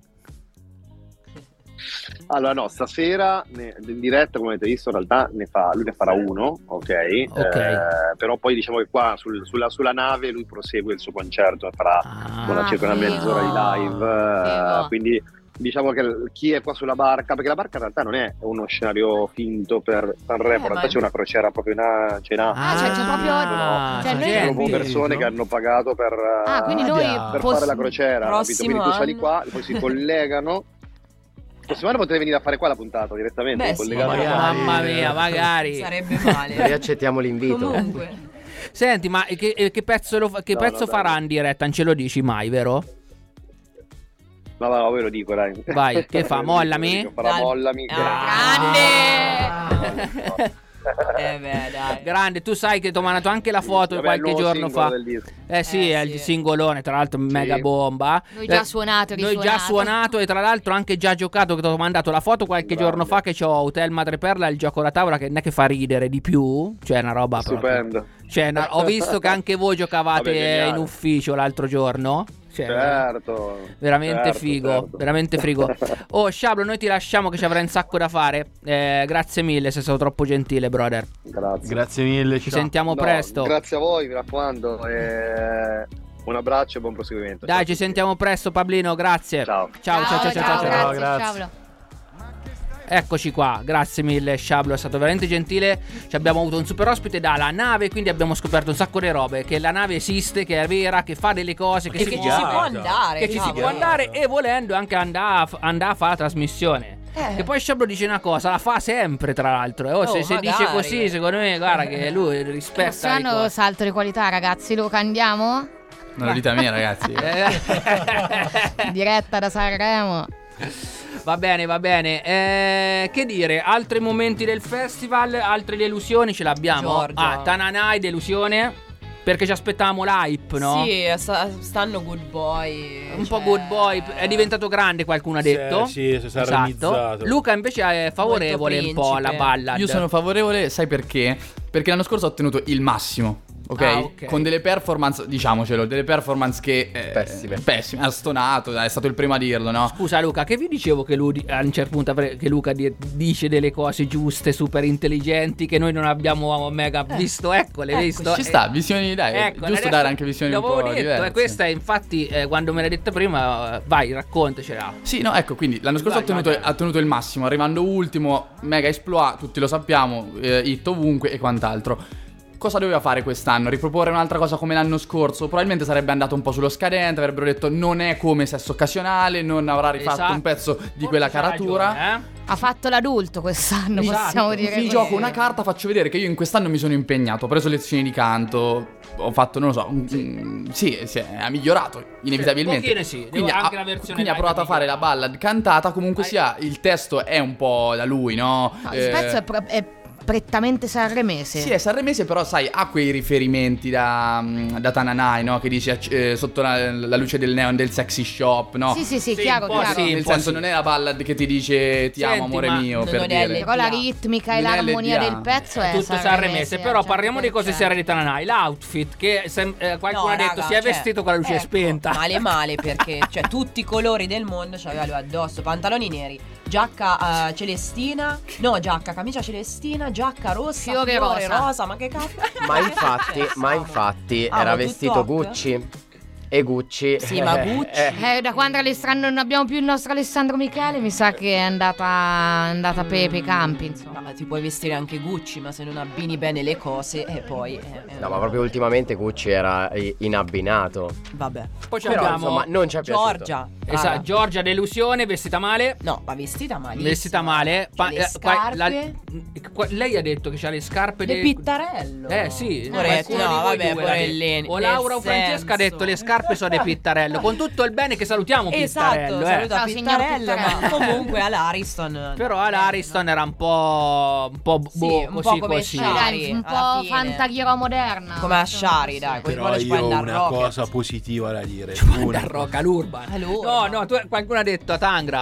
Allora no, stasera ne- in diretta, come avete visto, in realtà ne fa, lui ne farà uno, ok? Ok. Eh, però poi diciamo che qua sul- sulla, sulla nave lui prosegue il suo concerto e farà una, circa una figo. mezz'ora di live, eh, Figo. quindi diciamo che il- chi è qua sulla barca, perché la barca in realtà non è uno scenario finto per Sanremo, in realtà ma- c'è una crociera proprio in a- c'è in acqua. Ah, cioè c'è proprio. Ah, cioè, c'è noi- gente. Sono persone che hanno pagato per, Ah, quindi eh, noi per poss- fare la crociera, capito? prossimo Quindi tu sali anno- qua, poi si collegano. Il prossimo anno potrei venire a fare qua la puntata direttamente. Beh, sì. collegato Magari. qua. Mamma mia, magari. Sarebbe Noi male. accettiamo l'invito. Comunque. Senti, ma che, eh, che pezzo, lo fa- che No, pezzo no, farà dai. in diretta? Non ce lo dici mai, vero? No, no, ve lo dico, dai. Vai, che fa? Ve lo dico, Mollami? ve lo dico, Farà Dal- mollami. Ah. Grande! Eh beh, dai. Grande, tu sai che ti ho mandato anche la foto Vabbè, qualche il nuovo giorno singolo fa. del disco. Eh sì, Eh, è sì. il singolone, tra l'altro mega bomba. Noi già Eh, suonato e Noi già risuonato. suonato e tra l'altro anche già giocato, che ti ho mandato la foto qualche Grande. giorno fa che c'ho Hotel Madreperla, il gioco da tavola che non è che fa ridere di più, cioè è una roba proprio. Stupendo. Cioè, una- ho visto che anche voi giocavate Vabbè, geniale. in ufficio l'altro giorno. Cioè, Certo. veramente certo, figo, certo. veramente figo. Oh, Sciablo, noi ti lasciamo che ci avrai un sacco da fare. Eh, grazie mille, sei stato troppo gentile, brother. Grazie. Grazie mille, Ci ciao. sentiamo No, presto. Grazie a voi, mi raccomando. e Un abbraccio e buon proseguimento. Dai, Ciao. ci sentiamo presto, Pablino, grazie. Ciao. Ciao, ciao, ciao, ciao, ciao, ciao. grazie, grazie. Sciablo. Eccoci qua, grazie mille Sciablo, è stato veramente gentile. Ci abbiamo avuto un super ospite dalla nave, quindi abbiamo scoperto un sacco di robe. Che la nave esiste, che è vera, che fa delle cose, che, E si che ci muove, si può andare. che ci si cavolo. può andare e volendo anche andare a, f- andare a fare la trasmissione. Eh. Che poi Sciablo dice una cosa, la fa sempre tra l'altro. eh. Oh, se, Oh, se magari. dice così, secondo me, guarda che lui rispetta le Quest'anno cose. salto di qualità, ragazzi. Luca, andiamo? Non lo dite a me, ragazzi. Eh. Diretta da Sanremo. Va bene, va bene. Eh, che dire, altri momenti del festival, altre delusioni ce l'abbiamo. Giorgia. Ah, Tananai, delusione. Perché ci aspettavamo l'hype, no? Sì, sta- stanno good boy. Un cioè- po' good boy, è diventato grande, qualcuno ha detto. Sì, sì, si è Esatto. sarrenizzato. Luca invece è favorevole un po' alla principe. ballad. Io sono favorevole, sai perché? Perché l'anno scorso ho ottenuto il massimo. Ok? Ah, ok. Con delle performance, diciamocelo, delle performance che eh, Pessime. Pessime, ha stonato, è stato il primo a dirlo, no? Scusa Luca, che vi dicevo che lui a un certo punto avre- che Luca di- dice delle cose giuste, super intelligenti che noi non abbiamo mega visto, ecco, l'hai visto? Ci Eh, sta, visioni, dai, è Ecco, giusto adesso dare anche visioni un po' l'avevo detto, diverse. e questa è infatti eh, quando me l'hai detta prima, eh, vai, raccontacela. Sì, no, ecco, quindi l'anno scorso Vai, ha ottenuto, vai, vai. ha ottenuto il massimo, arrivando ultimo, mega exploit, tutti lo sappiamo, eh, hit ovunque e quant'altro. Cosa doveva fare quest'anno? Riproporre un'altra cosa come l'anno scorso? Probabilmente sarebbe andato un po' sullo scadente, avrebbero detto non è come Sesso Occasionale, non avrà rifatto Esatto. un pezzo di Forse quella c'ha caratura. ragione, eh? Ha fatto l'adulto quest'anno, Esatto. possiamo dire Vi così. gioco una carta, faccio vedere che io in quest'anno mi sono impegnato, ho preso lezioni di canto, ho fatto, non lo so, un- mm, sì, sì, ha migliorato inevitabilmente. pochino sì, quindi devo- ha, anche la versione quindi ha live provato a fare la migliora. ballad cantata, comunque Hai- sia, il testo è un po' da lui, no? No, il Eh, pezzo è, pro- è prettamente sanremese. Sì, è sanremese, però sai, ha quei riferimenti da, da Tananai, no? Che dice eh, sotto la, la luce del neon del sexy shop, no? Sì, sì, sì, Sì, chiaro, un po' chiaro. sì. Nel un po' senso sì. non è la ballad che ti dice ti Senti, amo amore ma mio, non per è dire. le- Però la ritmica e Non è l'armonia L D A. del pezzo è Tutto sanremese, però al parliamo di cose cento per serie di Tananai. L'outfit che sem- eh, qualcuno No, ha detto raga, si è cioè, vestito con la luce ecco, spenta. Male male perché cioè tutti i colori del mondo c'aveva lui addosso, pantaloni neri, giacca eh, celestina, no giacca, camicia celestina, giacca rossa, Fiore fiore rosa. rosa, ma che cazzo? Ma infatti, Cioè, ma amo. infatti Amo era tutto vestito hot. Gucci. E Gucci. Sì, ma eh, Gucci. eh, Eh, da quando Alessandro non abbiamo più il nostro Alessandro Michele, mi sa che è andata, è andata per i campi, insomma. Ma ti puoi vestire anche Gucci, ma se non abbini bene le cose e poi eh, eh, No, ma proprio ultimamente Gucci era i- inabbinato. vabbè. Poi ci Però abbiamo insomma non ci è piaciuto. Giorgia. esatto, raga. Giorgia delusione, vestita male. No, ma vestita malissimo. Vestita male. Cioè, le eh, qua- scarpe. la- qua- lei ha detto che ha le scarpe Le del- pittarello. Eh sì, Poretto, qualcuno no, di voi vabbè, due l'ha porellini. detto. O Laura o Nel Francesca ha detto senso. le scarpe sono dei Pittarello. Con tutto il bene che salutiamo Esatto, Pittarello, eh. saluta Ciao, signor Pittarello, ma Pittarello. comunque all'Ariston. Però all'Ariston era un po'. un po' Sì, boh, un po' così come così. Sciari. Dai, un alla po' fine. fantaghiro moderna. Come a Sciari, dai, quel Però ruolo ci puoi io ho andare una Rocket. cosa positiva da dire. Da Una. Rocca all'Urban. All'Urban. No, no, tu- qualcuno ha detto a Tangram.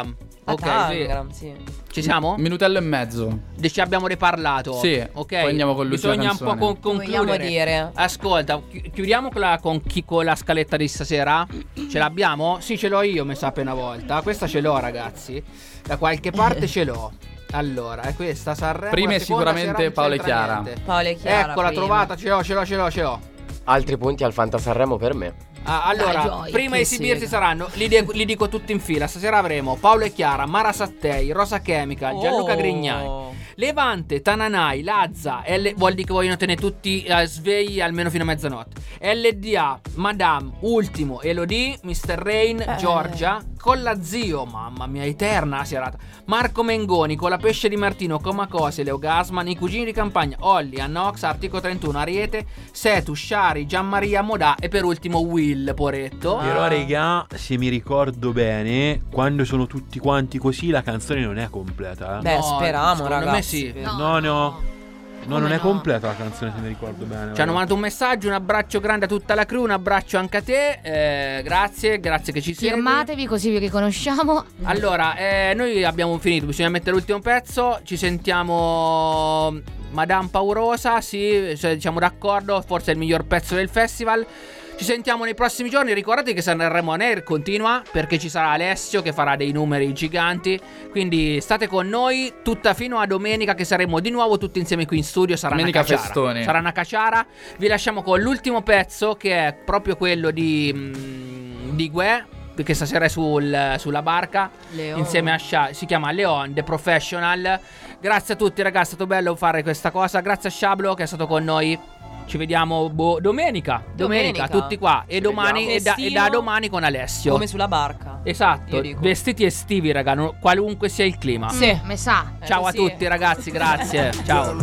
A Ok, Tangram, sì. Ci siamo? Minutello e mezzo. Ci abbiamo riparlato. Sì, ok. poi andiamo con l'ultima Bisogna canzone. un po' con- concludere. Vogliamo dire? Ascolta, chi- chiudiamo con la, con, chi, con la scaletta di stasera? Ce l'abbiamo? Sì, ce l'ho io, mi sa per una volta. Questa ce l'ho, ragazzi. Da qualche parte ce l'ho. Allora, è questa Sanremo. Prima la è seconda sicuramente sera non Paolo e c'entra Chiara. niente. Paolo e Chiara. Eccola, prima. trovata, ce l'ho, ce l'ho, ce l'ho, ce l'ho. Altri punti al Fanta Sanremo per me. Ah, allora, Dai, Joy, prima che esibirsi sega. saranno, li, de- li dico tutti in fila. Stasera avremo Paolo e Chiara, Mara Sattei, Rosa Chemical, Gianluca Oh. Grignani, Levante, Tananai, Lazza, L- vuol dire che vogliono tenere tutti eh, svegli almeno fino a mezzanotte. L D A, Madame, Ultimo, Elodie, mister Rain, Eh. Giorgia, con la zio, mamma mia, eterna la serata. Marco Mengoni, con la pesce di Martino, Comacose, Leo Gasman, i cugini di campagna, Olli, Anna Ox, Artico trentuno, Ariete, Setu, Sciari, Gianmaria Modà e per ultimo Will Poretto. Però, regà, se mi ricordo bene, quando sono tutti quanti così, la canzone non è completa. Eh? Beh, No, speriamo, secondo me ragazzi. sì. speriamo. No, no. No, non Come è no? completa la canzone, se mi ricordo bene. Ci hanno guarda. mandato un messaggio, un abbraccio grande a tutta la crew, un abbraccio anche a te. eh, grazie, grazie che ci segui. Firmatevi così vi riconosciamo. Allora, eh, noi abbiamo finito, bisogna mettere l'ultimo pezzo. Ci sentiamo Madame Paurosa, sì, cioè, diciamo d'accordo, forse è il miglior pezzo del festival. Ci sentiamo nei prossimi giorni. Ricordate che Sanremo On Air continua, perché ci sarà Alessio che farà dei numeri giganti. Quindi state con noi tutta fino a domenica, che saremo di nuovo tutti insieme qui in studio. Sarà Domenica una caciara. festone. Sarà una caciara. Vi lasciamo con l'ultimo pezzo, che è proprio quello di mm, di Gue, che stasera è sul, sulla barca Leon. insieme a Sha. Si chiama Leon The Professional. Grazie a tutti, ragazzi, è stato bello fare questa cosa. Grazie a Shablo che è stato con noi. Ci vediamo boh, domenica. Domenica, Domenica. tutti qua. E Ci domani e vediamo. da, e da domani con Alessio. Come sulla barca. Esatto. Io dico. Vestiti estivi, raga, no- qualunque sia il clima. Sì. Me sa. Ciao a sì. tutti, ragazzi, grazie. Ciao.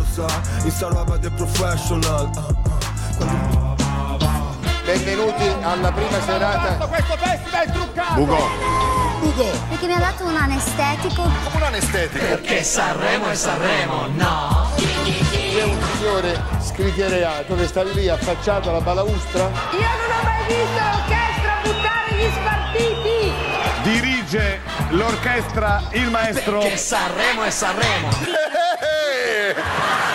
Benvenuti alla prima serata. Questo festival è truccato. Ugo. Ugo, Perché mi ha dato un anestetico. Come un anestetico. Perché Sanremo è Sanremo, no? c'è un signore scriteriato che sta lì affacciato alla balaustra. Io non ho mai visto l'orchestra buttare gli spartiti. Dirige l'orchestra il maestro Perché Sanremo è Sanremo.